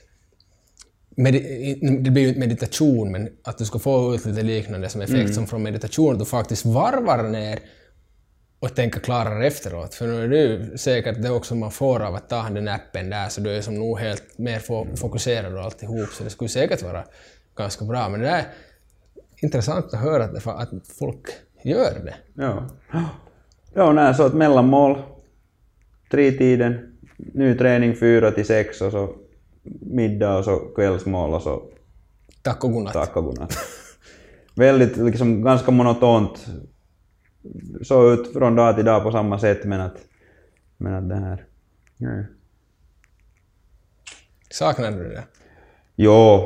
Det blir ju inte meditation, men att du ska få ut lite liknande som effekt mm. som från meditation, att du faktiskt varvar ner och tänker klarare efteråt. För nu är det säkert det också man får av att ta den appen där, så du är som nog helt mer fokuserad och alltihop, så det skulle säkert vara ganska bra. Men det är intressant att höra att, det, att folk gör det. Ja, ja nej, så att mellanmål, tre tiden, ny träning fyra till sex och så middag och så kvällsmål och så tack och godnatt. Tack och godnatt. Väldigt liksom ganska monotont, så ut från dag till dag på samma sätt, men att men att det här. Ja. Saknar du det? Jo.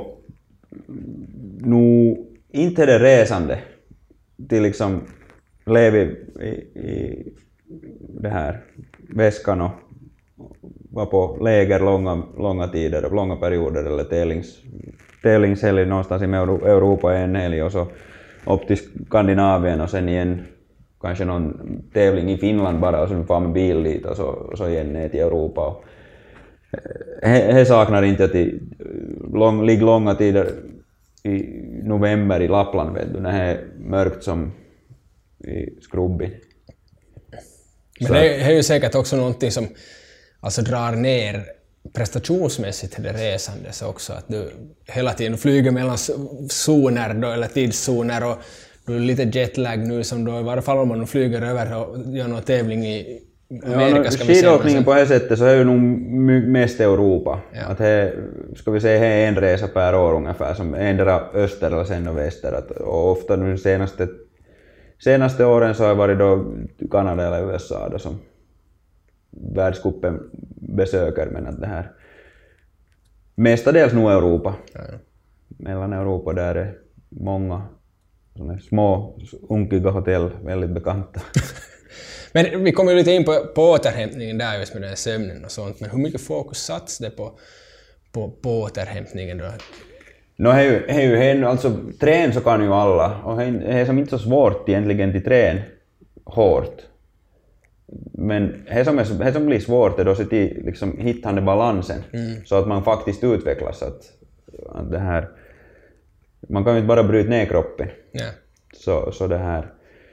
Nu inte det resande till liksom leva i, i det här väskan och var på läger långa, långa tider, långa perioder, eller tävlings, tävlingshelg någonstans i Europa en helg och så upp till Skandinavien och sen igen kanske någon tävling i Finland bara och sen får med bil dit och så, och så igen ner till Europa. Och he, he saknar inte att i lång, ligger långa tider i november i Lappland, vet du, när det är mörkt som i Skrubbi. Men det är, det är ju säkert också någonting som alltså drar ner prestationsmässigt till det resande, så också att du hela tiden flyger mellan zoner då, eller tidszoner, och du är lite jetlag nu som då i varje fall om man flyger över och gör någon tävling i Amerika. Ja, skidåkningen på det sättet så är ju nog mest Europa. Ja. Att he, ska vi säga, he en resa per år ungefär, som endera öster eller sen och väster. Att, och ofta nu senaste senaste åren så har jag varit då Kanada eller U S A då som världscupen besöker, men att det här mestadels nog Europa. Ja, ja. Mellan Europa där är många såna små unkiga hotell väldigt bekanta. Men vi kommer ju lite in på, på återhämtningen där just med den här sömnen och sånt, men hur mycket fokus satsas det på, på, på återhämtningen då? No, hej, hej, hej, alltså trän så kan ju alla, och det är som inte så svårt egentligen till trän hårt. Men det som, är, det som blir svårt är då att liksom hitta den balansen, mm. så att man faktiskt utvecklas. Att, att det här, man kan ju inte bara bryta ner kroppen. Yeah. Så, så det här...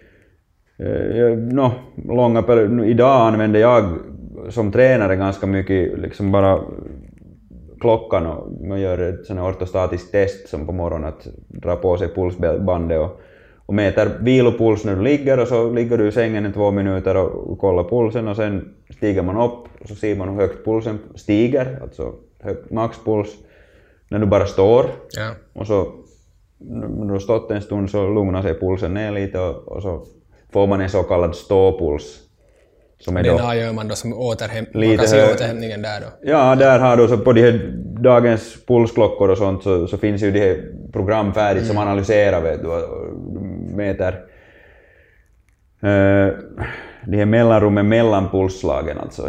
No, långa perioder. Idag använder jag som tränare ganska mycket liksom bara klockan, och man gör ett sån ortostatiskt test som på morgonen att dra på sig pulsbandet och, och mäter vilopuls när du ligger, och så ligger du i sängen i två minuter och kollar pulsen, och sen stiger man upp och så ser man hur högt pulsen stiger, alltså högt maxpuls när du bara står. Ja. Och så när du har stått en stund så lugnar sig pulsen ner lite, och, och så får man en så kallad ståpuls. Som är den då här gör man då som återhäm man kan se återhämtningen där då? Ja, där har du så på de här dagens pulsklockor och sånt så, så finns ju de här program färdigt mm. som analyserar, vet du, och mäter uh, de här mellanrummen mellan pulsslagen, alltså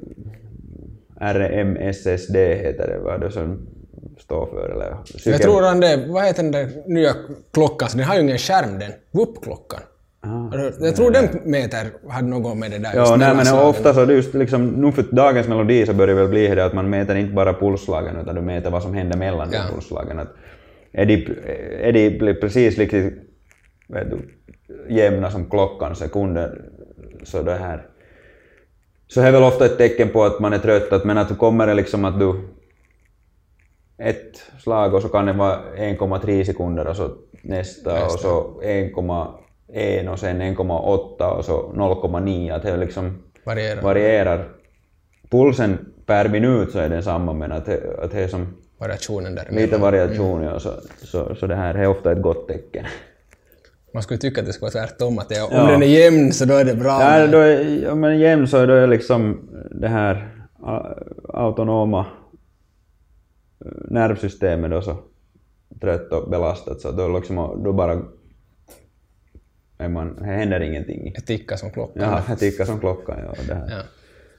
R M S S D heter det, vad det som står för, eller psyke. Jag tror att det, vad heter den där nya klockan, så den har ju ingen skärm, den Whoop-klockan. Ah, jag tror nej. Den meter hade något med det där. Ja, nej, men ofta så är det just liksom, nu för dagens melodi så börjar det väl bli det att man mäter inte bara pulsslagen utan du mäter vad som händer mellan ja. de pulsslagen. Att är de, är de precis lika vet du, jämna som klockan, sekunder, så det här. Så är väl ofta ett tecken på att man är trött, men att du kommer liksom att du ett slag och så kan det vara en komma tre sekunder och så nästa, nästa. och så en komma en och sen en komma åtta och så noll komma nio, att det liksom varierar. varierar. Pulsen per minut så är den samma, men att det, att det är som variationen där. Lite variation, mm. ja, så, så, så det här är ofta ett gott tecken. Man skulle tycka att det skulle vara tvärtom, att det, om ja. den är jämn så då är det bra. Ja, då är, om den är jämn så är det liksom det här autonoma nervsystemet då så trött och belastat, så då, liksom, då bara man, det händer ingenting. Det tickar som klockan. Ja, det tickar som klockan, ja. Det här. Ja.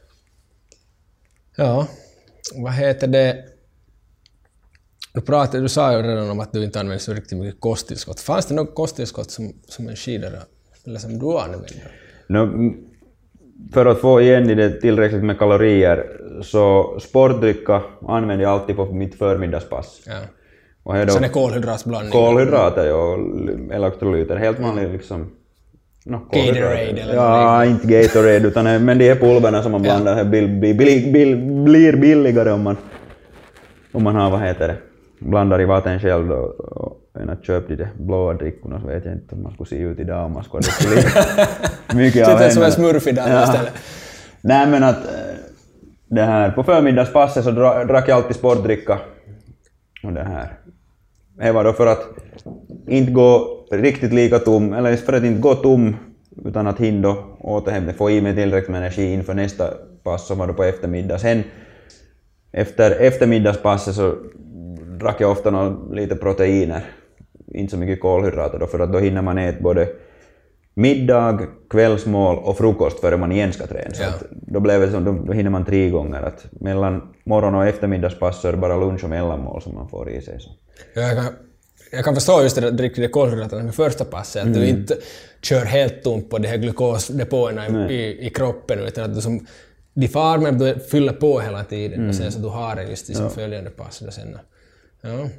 Ja, vad heter det? Du, pratade, du sa ju redan om att du inte använder så riktigt mycket kosttillskott. Fanns det något kosttillskott som, som en skidare, eller som du använder? No, för att få igen i det tillräckligt med kalorier så sportdrycka använder jag alltid på mitt förmiddagspass. Ja. Och då, så det är kolhydratblandning? Kolhydrater och elektrolyter, helt vanligt liksom. No, Gatorade eller ja, inte Gatorade, utan men de här pulverna som man blandar ja. blir, blir, blir, blir billigare om man, om man har, vad heter det, blandar i vatten själv då, och än att köpa de blåa drickorna, så vet jag inte om man skulle se ut idag om man skulle ha det mycket av henne. Som en smurf idag ja. istället. Nej, men att det här, på förmiddagspasset så drack jag alltid sportdricka och det här. Det var då för att inte gå riktigt lika tom, eller för att inte gå tom utan att hinna återhämta, få i mig tillräckligt med energi inför nästa pass som var då på eftermiddag. Sen efter eftermiddagspasset så drack jag ofta någon, lite proteiner, inte så mycket kolhydrater då, för att då hinner man äta både middag, kvällsmål och frukost före man igen ska träna. Så ja. att då, blev det så, då, då hinner man tre gånger. Att mellan morgon- och eftermiddagspass så är det bara lunch och mellanmål som man får i sig. Så. Ja, jag, kan, jag kan förstå just det, dricker det kolhydraterna med första passet, att mm. du inte kör helt tomt på de här glukosdepåerna i, i kroppen, utan att du som de far med du fyller på hela tiden mm. och sen så du har det just i ja. följande pass. Sen. Ja.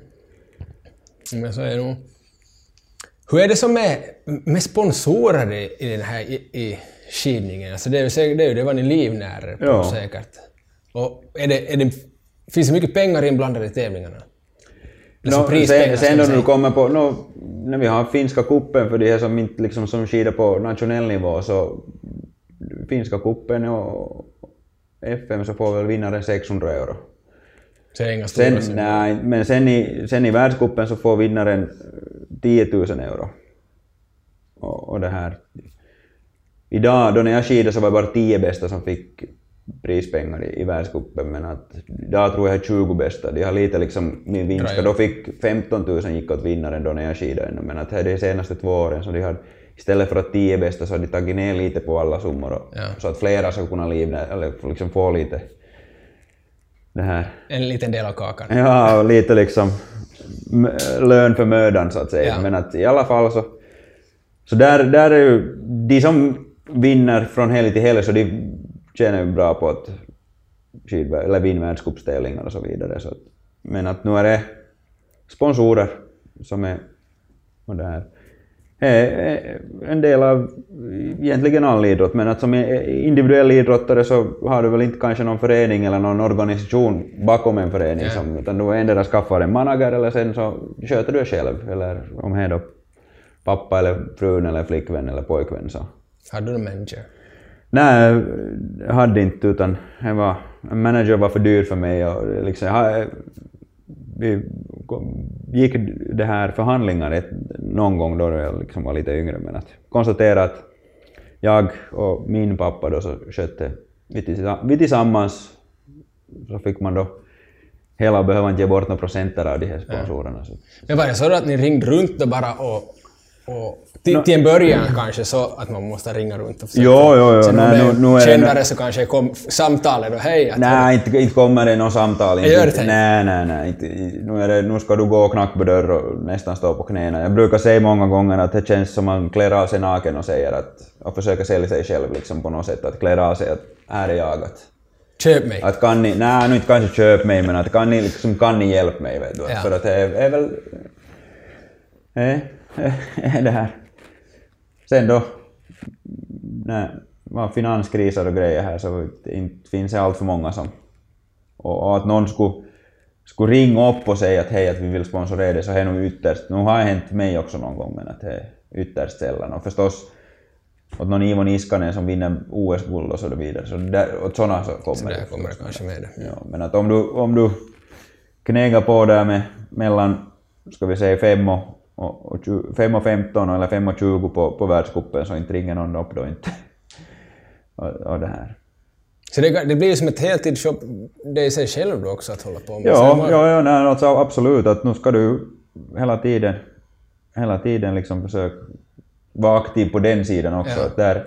Men så är det nog. Hur är det som med, med sponsorer i, i den här i, i skidningen? Alltså det, är ju, det är ju det var ni livnärare på ja. säkert. Och är det, är det, finns det mycket pengar inblandade i tävlingarna? No, sen sen då du kommer på, no, när vi har finska kuppen för de här som inte liksom, som skidar på nationell nivå, så finska kuppen och F M så får väl vinnaren sexhundra euro. Så är inga stora sen, nej, men sen i, sen i världscupen så får vinnaren tio tusen euro. Och, och och det här. Idag, då när jag skidade så var det bara tio bästa som fick prispengar i, i världscupen, men att idag tror jag är tjugo bästa. De har lite liksom min vinst, då fick femton tusen gick åt vinnaren då när jag skidade ännu, men att det är de senaste två åren så de har istället för att tio bästa så har de tagit ner lite på alla summor och, ja. Så att flera ska kunna livna, eller liksom få lite det här. En liten del av kakan. Ja, lite liksom lön för mödan så att säga, ja. Men att i alla fall så så där, där är ju de som vinner från helg till helg så de tjänar ju bra på att skidvär, eller vinna världscupstävlingar och så vidare. Så att, men att nu är det sponsorer som är och det här är en del av egentligen all idrott, men att som individuell idrottare så har du väl inte kanske någon förening eller någon organisation bakom en förening, ja. Som, utan du ändå skaffar en manager eller sen så sköter du själv, eller om det är då pappa eller frun eller flickvän eller pojkvän så. Har du en manager? Nej, jag hade inte, utan jag var, en manager var för dyr för mig och liksom, jag, vi gick det här förhandlingar ett, någon gång då jag liksom var lite yngre, men att konstatera att jag och min pappa då så skötte vi tillsammans, så fick man då hela behöver inte ge bort några procenter av de här sponsorerna. Ja. Men var det så att ni ringde runt då bara och Och till, no. till en början kanske så att man måste ringa runt och försöka. Jo, jo, jo. Sen nej, om nu, nu är kändare det... så kanske kom samtalet och hej. Nej, inte, inte kommer det någon samtal. Inte, inte, nej, nej, nej. Inte, nu, är det, nu ska du gå och knacka på dörr och nästan stå på knäna. Jag brukar säga många gånger att det känns som man klär av sig naken och säger att och försöker sälja sig själv liksom på något sätt. Att klär av sig att här är jag. Att, köp mig. Att kan ni, nej, nu inte kanske köp mig, men att kan ni, liksom, kan ni hjälpa mig? Vet du? Ja. För att det är, är väl... Är, är det här... Sen då, när det var finanskriser och grejer här så inte finns det allt för många som... Och, och att någon skulle, skulle ringa upp och säga att hej, att vi vill sponsorera det, så är det nog ytterst... Nu har det hänt mig också någon gång, men att det är ytterst sällan. Och förstås, att någon Ivo Niskanen som vinner O S-guld och så vidare, så där, och sådana så kommer så det. kommer det kanske med det. Ja, men att om du, om du knägar på där med mellan, ska vi säga fem och och fem och femton eller fem och tjugo på, på världscupen så inte ringer någon upp då inte. och, och det här. Så det, det blir ju som ett heltidsjobb det i sig själv då också att hålla på med? Ja, man... ja, ja nej, alltså, absolut. Att nu ska du hela tiden, hela tiden liksom försöka vara aktiv på den sidan också. Ja. Där,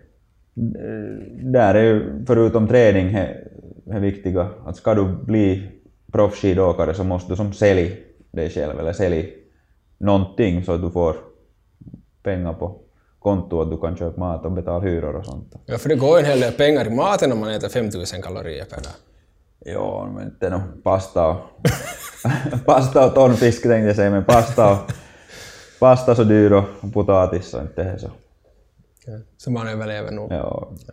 där är ju förutom träning är, är viktiga. Att ska du bli proffsskidåkare så måste du som sälja dig själv eller sälja någonting så att du får pengar på konto att du kan köpa mat och betala hyror och sånt. Ja, för det går en hel del pengar i maten om man äter femtusen kalorier per dag. Ja, men inte nog pasta och pasta och tonfisk tänkte jag säga, men pasta och pasta så dyr och potatis så inte det så. Ja, så man överlever nog. Ja. Ja.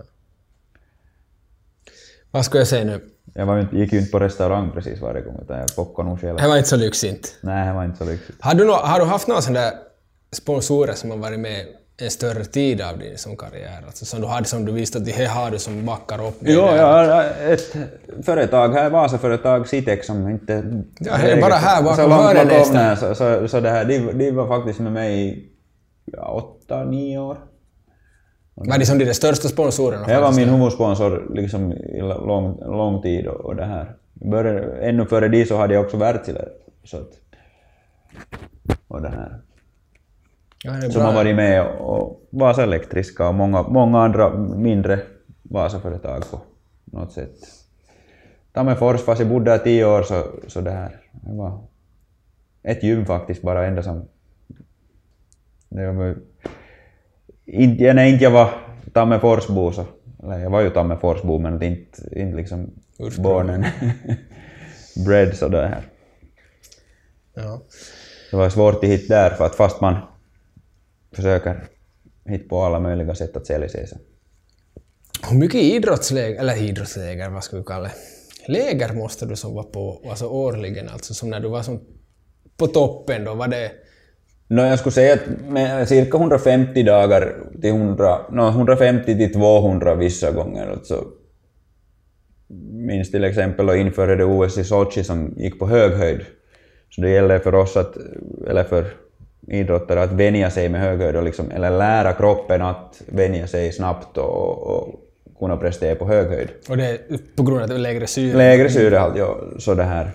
Vad ska jag säga nu? Jag var inte, gick ju inte på restaurang precis varje gång, utan jag pockade nog själv. Det var inte så lyxigt. Nej, det var inte så lyxigt. Har du, no, har du haft några sådana sponsorer som har varit med en större tid av din som karriär? Alltså, som du hade som du visste att det här har du som backar upp? Jo, jag har ett företag här, Vasaföretag, Citex, som inte... Ja, det är bara här bakom hörnet nästan. Så, så, så det här, de, de var faktiskt med mig i ja, åtta, nio år. Var det som de största sponsorerna? Jag var min huvudsponsor liksom i lång, lång tid och, och det här. Började, ännu före det så hade jag också Wärtsilä. Så att, och det här. Ja, det som har varit med och, och Vasa Elektriska och många, många andra mindre Vasa-företag på något sätt. Tammerfors, fast jag bodde där tio år så, så det här. Det var ett gym faktiskt bara ända som... Det var, inte, när inte jag var Tammerforsbo så... Eller jag var ju Tammerforsbo men inte, inte liksom born and bred så det här. Ja. Det var svårt att hitta där för att fast man försöker hitta på alla möjliga sätt att sälja sig. Hur mycket idrottsläger, eller idrottsläger, vad ska vi kalla det? Läger måste du som var på alltså årligen, alltså som när du var som på toppen då, var det? No, jag skulle säga att med cirka hundrafemtio dagar till hundra, no, hundrafemtio till tvåhundra vissa gånger. Alltså, minns till exempel att införa det O S i Sochi som gick på hög höjd. Så det gäller för oss att, eller för idrottare att vänja sig med hög höjd och liksom, eller lära kroppen att vänja sig snabbt och, och kunna prestera på hög höjd. Och det är på grund av att det är lägre syre? Lägre syrehalt, ja. Så det här.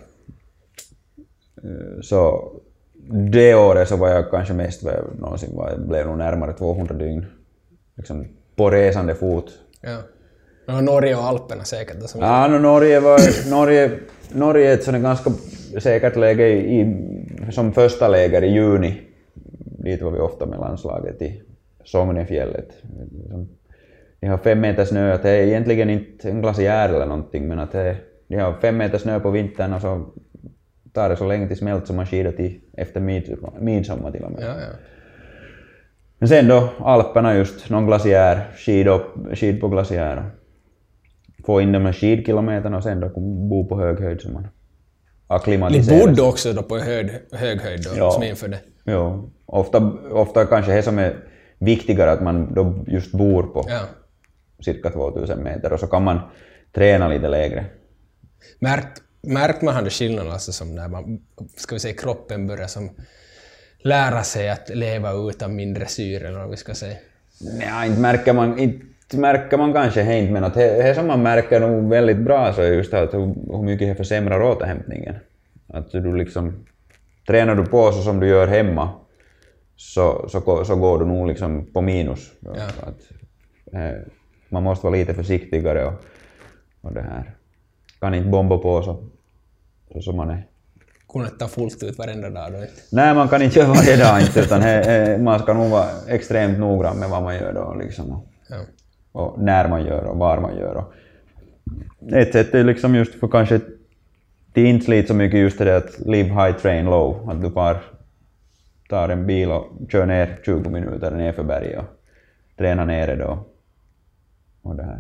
Så det året så var jag kanske mest vad jag någonsin var, jag blev nog närmare tvåhundra dygn. Liksom på resande fot. Ja. Och Norge och Alperna säkert då, som ja, no, Norge var Norge Norge är ett sådant ganska säkert läge i, som första läger i juni. Dit var vi ofta med landslaget i Sognefjället. De har fem meter snö, att det är egentligen inte en glaciär eller någonting, men att det, de har fem meter snö på vintern och så tar det så länge till smält som man skidar till efter midsommar till och med. Ja, ja. Men sen då Alperna just, någon glaciär, skid, upp, skid på glaciär. Få in de här skidkilometerna och sen då bo på hög höjd som man akklimatiserar. Ni bodde också då på hög, hög höjd då, ja. Som inför det? Ja, ofta, ofta kanske det som är viktigare att man då just bor på ja. cirka tvåtusen meter och så kan man träna lite lägre. Märkt, märkt man hade skillnaden alltså som när man, ska vi säga, kroppen börjar som lära sig att leva utan mindre syre eller vad vi ska säga? Nej, inte märker man, inte märker man kanske inte, men att det, det som man märker nog väldigt bra så är just att hur, hur mycket det försämrar återhämtningen. Att du liksom, tränar du på så som du gör hemma så, så, så går du nog liksom på minus. Ja. Att, eh, man måste vara lite försiktigare och, och det här. Kan inte bomba på så, så som man är. Kunna ta fullt ut varenda dag då inte? Nej, man kan inte göra varje dag inte, utan he, he, man ska nog vara extremt noggrann med vad man gör då liksom. Och, ja. och när man gör och var man gör. Och ett sätt är liksom just för kanske det inte sliter så mycket just det att live high, train low. Att du bara tar en bil och kör ner tjugo minuter ner för berget och tränar nere då. Och det här.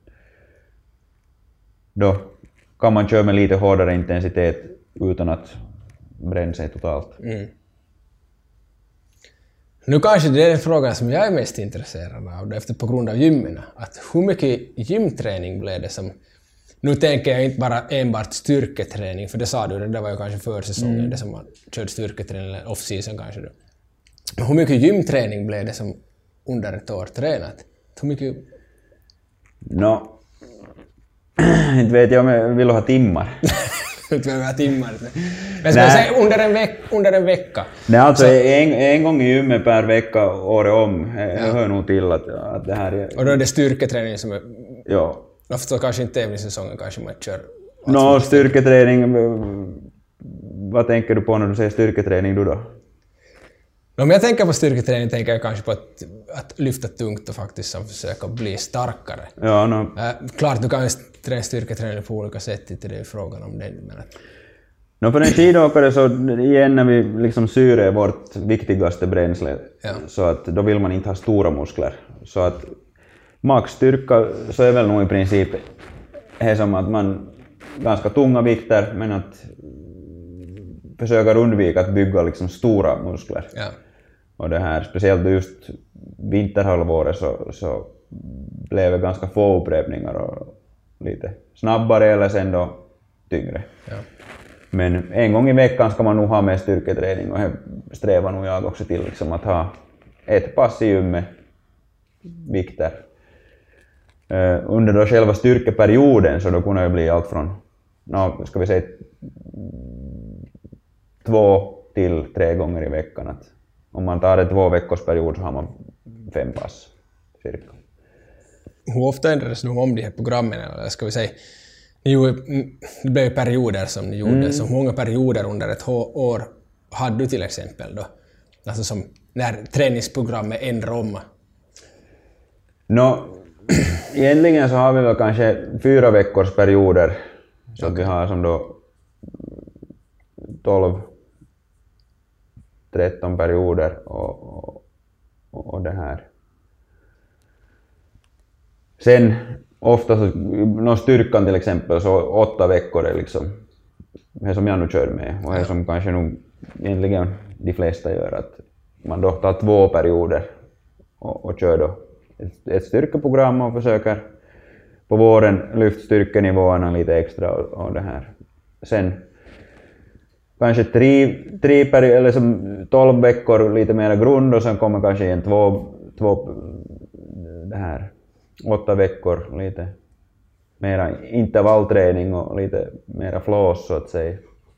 Då kan man köra med lite hårdare intensitet utan att bränna sig totalt. Mm. Nu kanske det är den frågan som jag är mest intresserad av efter på grund av gymmen. Att hur mycket gymträning blev det som... Nu tänker jag inte bara enbart styrketräning, för det sa du, det var ju kanske försäsongen, mm. det som man körde styrketräning eller off-season kanske då. Men hur mycket gymträning blev det som under ett år tränat? Hur mycket... Nå... Inte vet jag om jag vill ha timmar. Inte vill ha timmar. Men ska jag säga under en, veck, under en vecka? Nej, alltså så... en, en gång i gymmet per vecka året om. Jag ja. hör nog till att, att det här är... Och då är det styrketräning som är... Ja. Jag förstår kanske inte tävlingssäsongen, kanske man kör... Nå, styrketräning... Vad tänker du på när du säger styrketräning du då? Om jag tänker på styrketräning tänker jag kanske på att, att lyfta tungt och faktiskt som försöka bli starkare. Ja, no. äh, klart, du kan ju träna styrketräning på olika sätt, inte det är frågan om det. Men att... no, för en skidåkare så igen när vi liksom syre är vårt viktigaste bränsle, ja. så att då vill man inte ha stora muskler. Så att maxstyrka så är väl nog i princip är som att man ganska tunga vikter men att försöka undvika att bygga liksom stora muskler. Ja. Och det här, speciellt just vinterhalvåret så, så blev det ganska få upprepningar och lite snabbare eller sen då tyngre. Ja. Men en gång i veckan ska man nog ha med styrketräning och strävar nog jag också till liksom att ha ett pass i gymmet, vikter. Uh, under då själva styrkeperioden så då kunde det bli allt från, no, ska vi säga, två till tre gånger i veckan. Att om man tar en två veckors period så har man fem pass cirka. Hur ofta ändrades nu om de här programmen? Eller ska vi säga, det blev perioder som ni gjorde. Mm. Så många perioder under ett år hade du till exempel då? Alltså som när träningsprogrammet ändrar om? No, egentligen så har vi väl kanske fyra veckors perioder. Så okay. Att vi har som då tolv tretton perioder och, och, och det här. Sen ofta så, någon styrkan till exempel, så åtta veckor är liksom det som jag nu kör med och det som kanske nog egentligen de flesta gör, att man då tar två perioder och, och kör då ett, ett styrkeprogram och försöker på våren lyfta styrkenivåerna lite extra och, och det här. Sen kanske tre, tre per, eller som tolv veckor lite mer grund och sen kommer kanske en två, två det här, åtta veckor lite mera intervallträning och lite mera flås så att säga.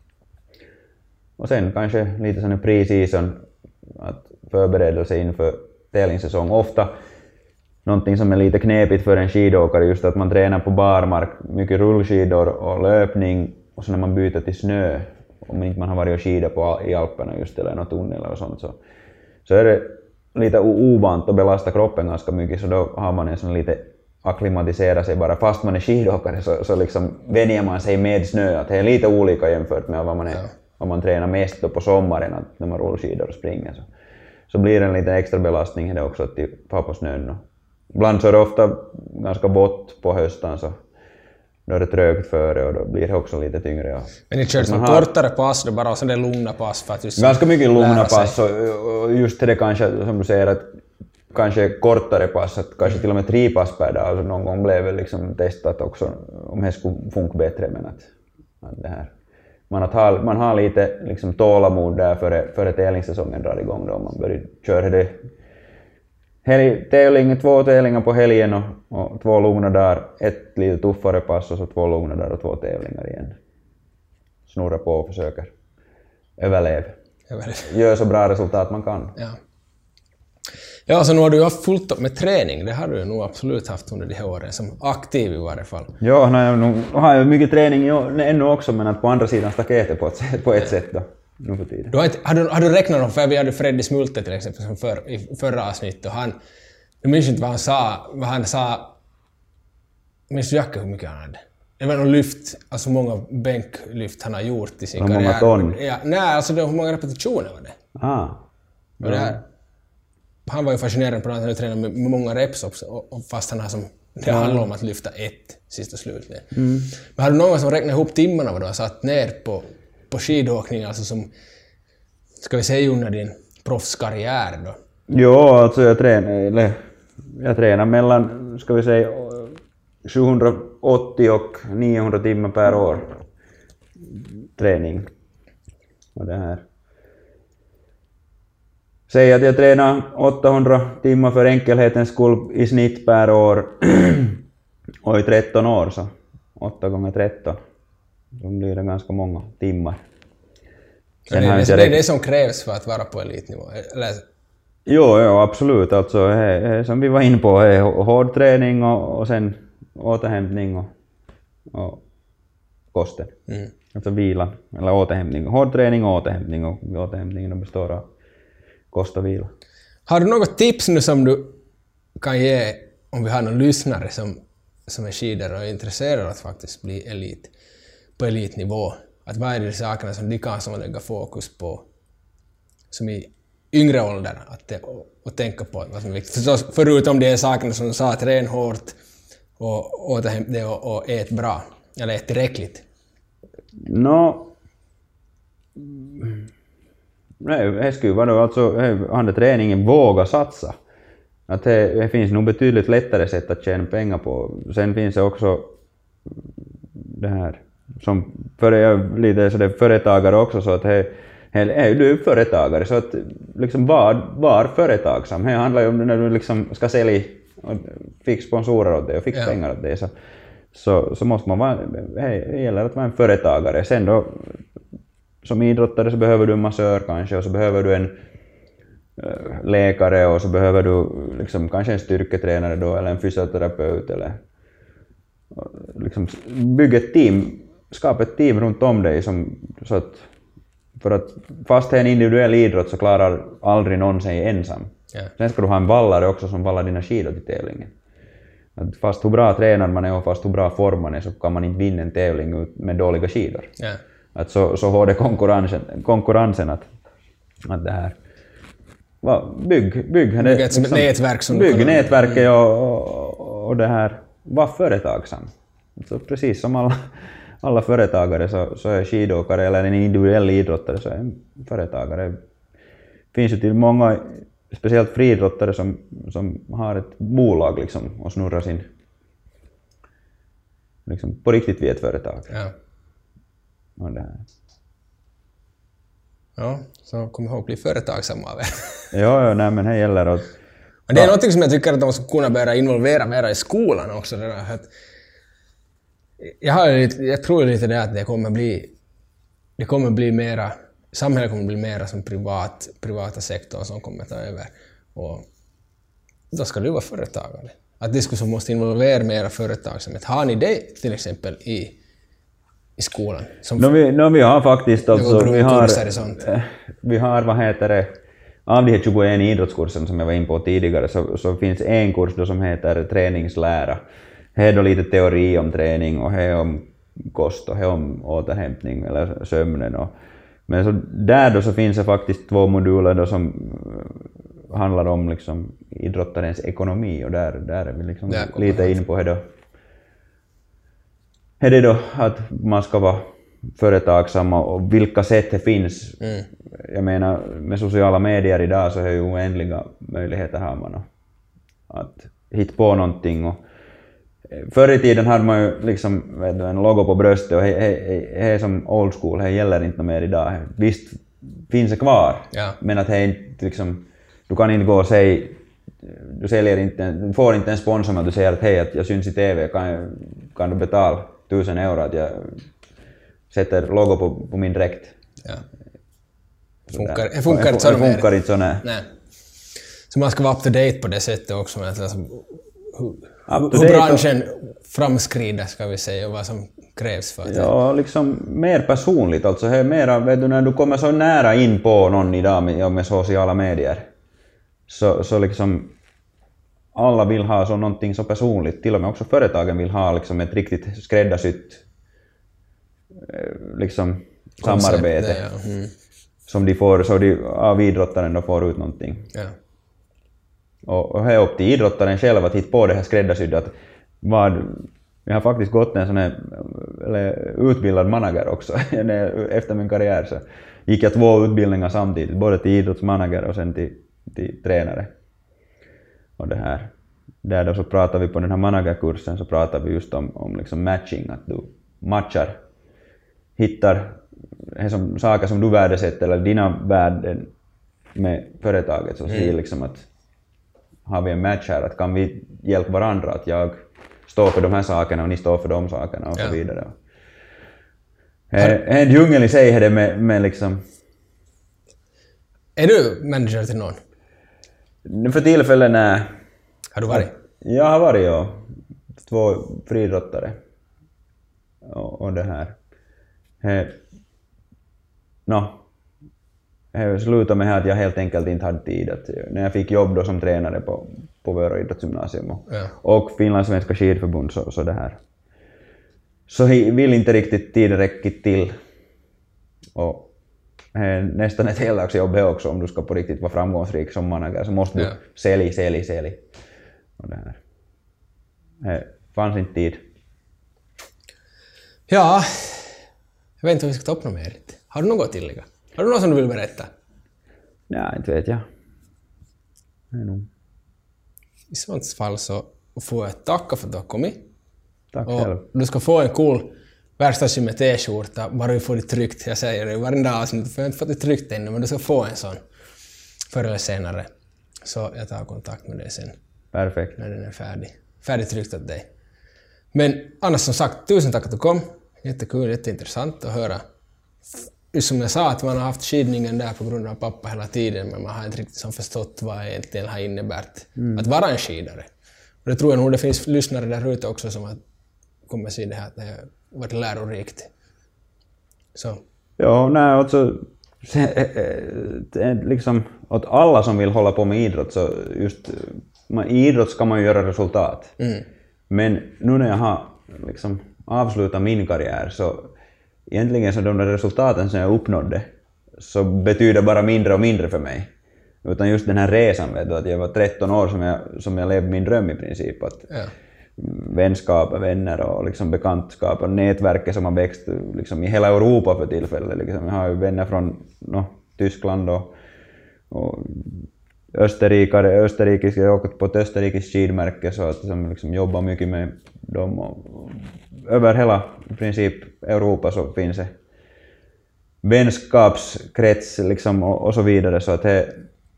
Och sen kanske lite sån pre-season att förbereda sig inför tävlingssäsong. Ofta någonting som är lite knepigt för en skidåkare just att man tränar på barmark, mycket rullskidor och löpning och så när man byter till snö om inte man har varit och skida på i Alperna just eller något tunneler och sånt så, så är det lite ovant att belasta kroppen ganska mycket så då har man en sån lite akklimatisera sig bara fast man är skidåkare så, så liksom vänjer man sig med snö att det är lite olika jämfört med vad man, är, ja. vad man tränar mest då på sommaren att när man rullskidor och springer så, så blir det en lite extra belastning det också att få på snön. Och ibland så är det ofta ganska vått på hösten så då är det trögt före och då blir det också lite tyngre. Ja. Men ni kör som har... kortare pass då bara och så det är lugna pass för att just ganska mycket lugna pass och, och just det kanske som du säger att kanske kortare pass, att kanske till och med tre pass per dag. Alltså någon gång blev det liksom testat också om det skulle funka bättre. Men att, att det här. Man, har, man har lite liksom tålamod där före, före tävlingssäsongen drar igång. Då man börjar köra det. Helg, tävling, två tävlingar på helgen och, och två lugna dagar. Ett lite tuffare pass och så två lugna dagar och två tävlingar igen. Snurra på och försöker överleva. Gör så bra resultat man kan. Ja. Ja, så nu har du haft fullt upp med träning. Det har du nog absolut haft under de här åren, som aktiv i varje fall. Ja, nu har jag mycket träning ännu också, men att på andra sidan staketet på ett, på ett ja. sätt då, nu för tiden. Du har, inte, har, du, har du räknat dem? För vi hade Freddy Smulte till exempel som för, i förra avsnittet och han, jag minns inte vad han sa, vad han sa, minns du Jacke hur mycket han hade? Det var någon lyft, alltså många bänklyft han har gjort i sin hur karriär. Många ton? Ja, nej, alltså det, hur många repetitioner var det? Ah. Och det här, han var ju fascinerad på att han tränade med, med många reps också, och, och fast han har som, det ja. handlar om att lyfta ett sista slutligen. Mm. Men har du någon som räknat ihop timmarna vad du har satt ner på, på skidåkning, alltså som, ska vi säga under din proffskarriär då? Jo, alltså jag tränar, eller, jag tränar mellan, ska vi säga, sjuhundraåttio och niohundra timmar per år träning. Och det här. Säg att jag tränar åttahundra timmar för enkelhetens skull i snitt per år och i tretton år så åtta gånger tretton. Då blir det ganska många timmar. Sen det, det, det är det som krävs för att vara på elitnivå? Eller? Jo, jo, absolut. Alltså, he, he, som vi var inne på, he, hård träning och, och sen återhämtning och, och kosten. Mm. Alltså vila eller återhämtning. Hård träning och återhämtning och återhämtningen består av kost och vila. Har du något tips nu som du kan ge om vi har någon lyssnare som, som är skidare och är intresserad att faktiskt bli elit på elitnivå? Att vad är det sakerna som de kan som lägga fokus på som i yngre ålder att det, och, och tänka på vad som är viktigt? Förstås, förutom de sakerna som du sa, träna hårt och återhämta och, och ät bra eller ät tillräckligt. No. Nej, det skulle vara då alltså andra träningen våga satsa. Att det, det finns nog betydligt lättare sätt att tjäna pengar på. Sen finns det också det här som för jag lite så det företagare också så att det är du är företagare så att liksom var var företagsam. Det handlar ju om när du liksom ska sälja och fick sponsorer åt det och fick ja. pengar åt det så så så måste man vara det gäller att vara en företagare. Sen då som idrottare så behöver du en massör kanske och så behöver du en äh, läkare och så behöver du liksom kanske en styrketränare då eller en fysioterapeut eller liksom bygga ett team, skapa ett team runt om dig som så att för att fast det är en individuell idrott så klarar aldrig någon sig ensam. Ja. Sen ska du ha en vallare också som vallar dina skidor till tävlingen. Att fast hur bra tränad man är och fast hur bra form man är så kan man inte vinna en tävling med dåliga skidor. Ja. Att så, så har det konkurrensen, konkurrensen att, att det här va, bygg, bygg, bygg det, ett liksom, nätverk som bygg kan... nätverket och, och, och det här var företagsam. Så precis som alla, alla företagare så, så är skidåkare eller en individuell idrottare så är en företagare. Det finns ju till många, speciellt friidrottare som, som har ett bolag liksom och snurrar sin liksom på riktigt vid ett företag. Ja. Och det här. Ja, så kom ihåg att bli företagsamma av er. Jo, jo, nej, men det gäller att... Och det är något som jag tycker att de ska kunna börja involvera mer i skolan också. Det där, att jag, har lite, jag tror lite det att det kommer bli, det kommer bli mera, samhället kommer bli mera som privat, privata sektorn som kommer ta över. Och då ska det ju vara företagare. Att det skulle måste involvera mera företagsamhet. Har ni det till exempel i, i skolan? Som no, vi, no, vi har faktiskt alltså, vi har, sånt. vi har, vad heter det, av de här tjugoen idrottskursen som jag var in på tidigare så, så finns en kurs då som heter träningslära. Det är då lite teori om träning och det är om kost och det är om återhämtning eller sömnen. Och, men så där då så finns det faktiskt två moduler då som handlar om liksom idrottarens ekonomi och där, där är vi liksom lite in på det då. Det är det då att man ska vara företagsam och vilka sätt det finns. Mm. Jag menar med sociala medier idag så är ju oändliga möjligheter har man att hitta på någonting. Och förr i tiden hade man ju liksom vet du, en logo på bröstet och det är som old school, det gäller inte mer idag. Visst finns det kvar, ja. Men att det är inte liksom, du kan inte gå och säga, du, säljer inte, du får inte en sponsor med att du säger att hej, att jag syns i T V, kan, kan du betala tusen euro att jag sätter logo på, på min dräkt. Ja. Funkar, det funkar inte så. Det funkar inte så, nej. nej. Så man ska vara up to date på det sättet också med alltså, hur, hur branschen framskrider ska vi säga och vad som krävs för att... Ja, liksom mer personligt. Alltså, det är mera, vet du, när du kommer så nära in på någon idag med, med sociala medier så, så liksom alla vill ha så någonting så personligt. Till och med också företagen vill ha liksom ett riktigt skräddarsytt liksom samarbete. Det, ja. mm. Som de får, så de av idrottaren då får ut någonting. Ja. Och, och det är upp till idrottaren själv att hitta på det här skräddarsyddet. Vad, jag har faktiskt gått en sån här eller, utbildad manager också. Efter min karriär så gick jag två utbildningar samtidigt. Både till idrottsmanager och sen till, till tränare. Och det här. Där då så pratar vi på den här managerkursen så pratar vi just om, om liksom matching. Att du matchar, hittar som, saker som du värdesätter eller dina värden med företaget. Så mm. ser liksom att har vi en match här, att kan vi hjälpa varandra, att jag står för de här sakerna och ni står för de sakerna och ja. Så vidare. En djungel i sig är det med, med liksom... Är du manager till någon? För tillfället, nej. Har du varit? Jag har varit, ja. Två friidrottare. Och, och det här. He, no. Jag slutade med att jag helt enkelt inte hade tid. Att, när jag fick jobb då som tränare på, på Vörå idrottsgymnasium och, ja. och Finlandssvenska skidförbund så, så det här. Så vill inte riktigt tiden räcka till. Och nästan ett heldagsjobb också om du ska på riktigt vara framgångsrik som manager så måste ja. du sälja, sälja, sälja. Och det här. Det fanns inte tid. Ja, jag vet inte om vi ska ta upp något mer. Har du något att tillägga? Har du något som du vill berätta? Nej, inte vet jag. Nej, nog. I sånt fall så får jag tacka för att du har kommit. Tack och själv. Du ska få en cool verkstadsgym med t-skjorta, bara du får det tryckt. Jag säger det i varenda avsnitt, för jag har inte fått det tryckt ännu, men du ska få en sån förr eller senare. Så jag tar kontakt med dig sen. Perfekt. När den är färdig. Färdigtryckt åt dig. Men annars som sagt, tusen tack att du kom. Jättekul, jätteintressant att höra. Just som jag sa, att man har haft skidningen där på grund av pappa hela tiden, men man har inte riktigt som förstått vad det egentligen har innebärt mm. att vara en skidare. Och det tror jag nog det finns lyssnare där ute också som har kommer se det här, att det har varit lärorikt. Så. Ja, nej, alltså liksom åt alla som vill hålla på med idrott så just man, i idrott ska man ju göra resultat. Mm. Men nu när jag har liksom avslutat min karriär så egentligen så de där resultaten som jag uppnådde så betyder bara mindre och mindre för mig. Utan just den här resan, vet du, att jag var tretton år som jag, som jag levde min dröm i princip. Att ja. Vänskap, vänner och liksom bekantskap och nätverket som har växt liksom i hela Europa för tillfället. Liksom. Jag har ju vänner från no, Tyskland och, och Österrike, Österrike, jag har åkt på ett österrikiskt skidmärke så att som liksom jobbar mycket med dem. Och, och över hela i princip Europa så finns det vänskapskrets liksom, och, och så vidare. Så att det,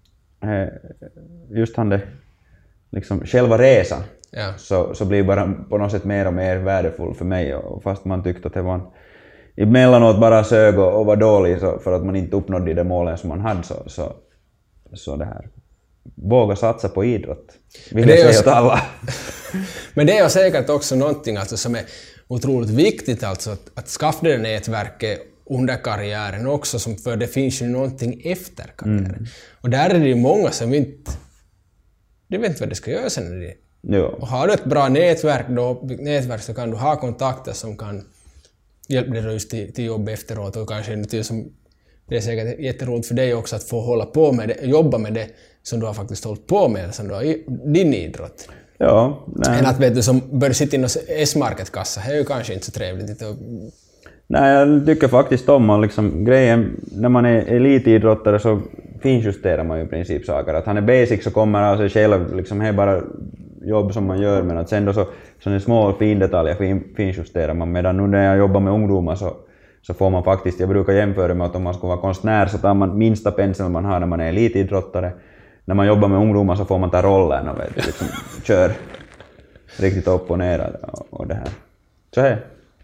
just han det, liksom, själva resan Ja. så, så blir bara på något sätt mer och mer värdefull för mig. Och fast man tyckte att det var en, emellanåt bara sög och, och var dålig så, för att man inte uppnådde de målen som man hade så, så, så det här. Våga satsa på idrott. Vill jag säga åt alla. Men det är ju säkert också någonting alltså, som är otroligt viktigt alltså, att, att skaffa det nätverket under karriären också, som, för det finns ju någonting efter karriären. Mm. Och där är det ju många som inte, de vet inte vad de ska göra sen. Det. Jo. Och har du ett bra nätverk, då, nätverk så kan du ha kontakter som kan hjälpa dig just till, till jobb efteråt. Och kanske till som, det är säkert jätteroligt för dig också att få hålla på med det, jobba med det som du har faktiskt hållit på med, som du har i din idrott. Ja, nej. Än att vet du, som bör sitta i någon S-market-kassa, det är ju kanske inte så trevligt. Nej, jag tycker faktiskt om att liksom, grejen, när man är elitidrottare så finjusterar man ju i princip saker. Att han är basic så kommer av sig själv, liksom, det är bara jobb som man gör, men att sen då så, sådana små findetaljer fin, finjusterar man. Medan nu när jag jobbar med ungdomar så, så får man faktiskt, jag brukar jämföra med att om man ska vara konstnär så tar man minsta penseln man har när man är elitidrottare. När man jobbar med ungdomar så får man ta rollen och vet, liksom, kör riktigt upp och ner och, och det här. Så här.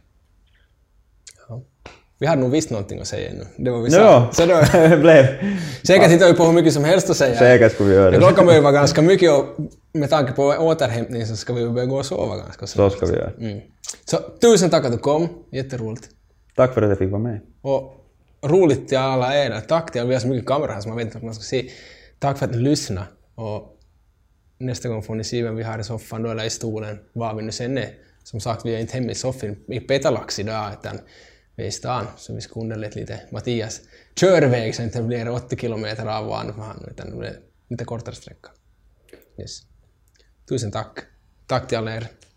Ja. Vi hade nog visst någonting att säga nu. Det var vi ja, så då, blev. Säkert hittar vi på hur mycket som helst att säga. Säkert skulle vi göra det. Klockan börjar vara ganska mycket och med tanke på återhämtning så ska vi börja gå och sova ganska så. Så ska vi göra. Mm. Så tusen tack att du kom. Jätteroligt. Tack för att jag fick vara med. Och roligt till alla er. Tack till er. Vi har så mycket kameror här som man vet inte att man ska se. Tack för att ni lyssnade. Och nästa gång får ni se vem vi har i soffan då, eller i stolen, var vi nu sen är. Som sagt, vi är inte hemma i soffan i Petalax idag, utan vi är i stan. Så vi ska underlätta lite Mattias körväg så inte det blir åttio kilometer av och an för han, utan det blir lite kortare sträcka. Yes. Tusen tack. Tack till alla er.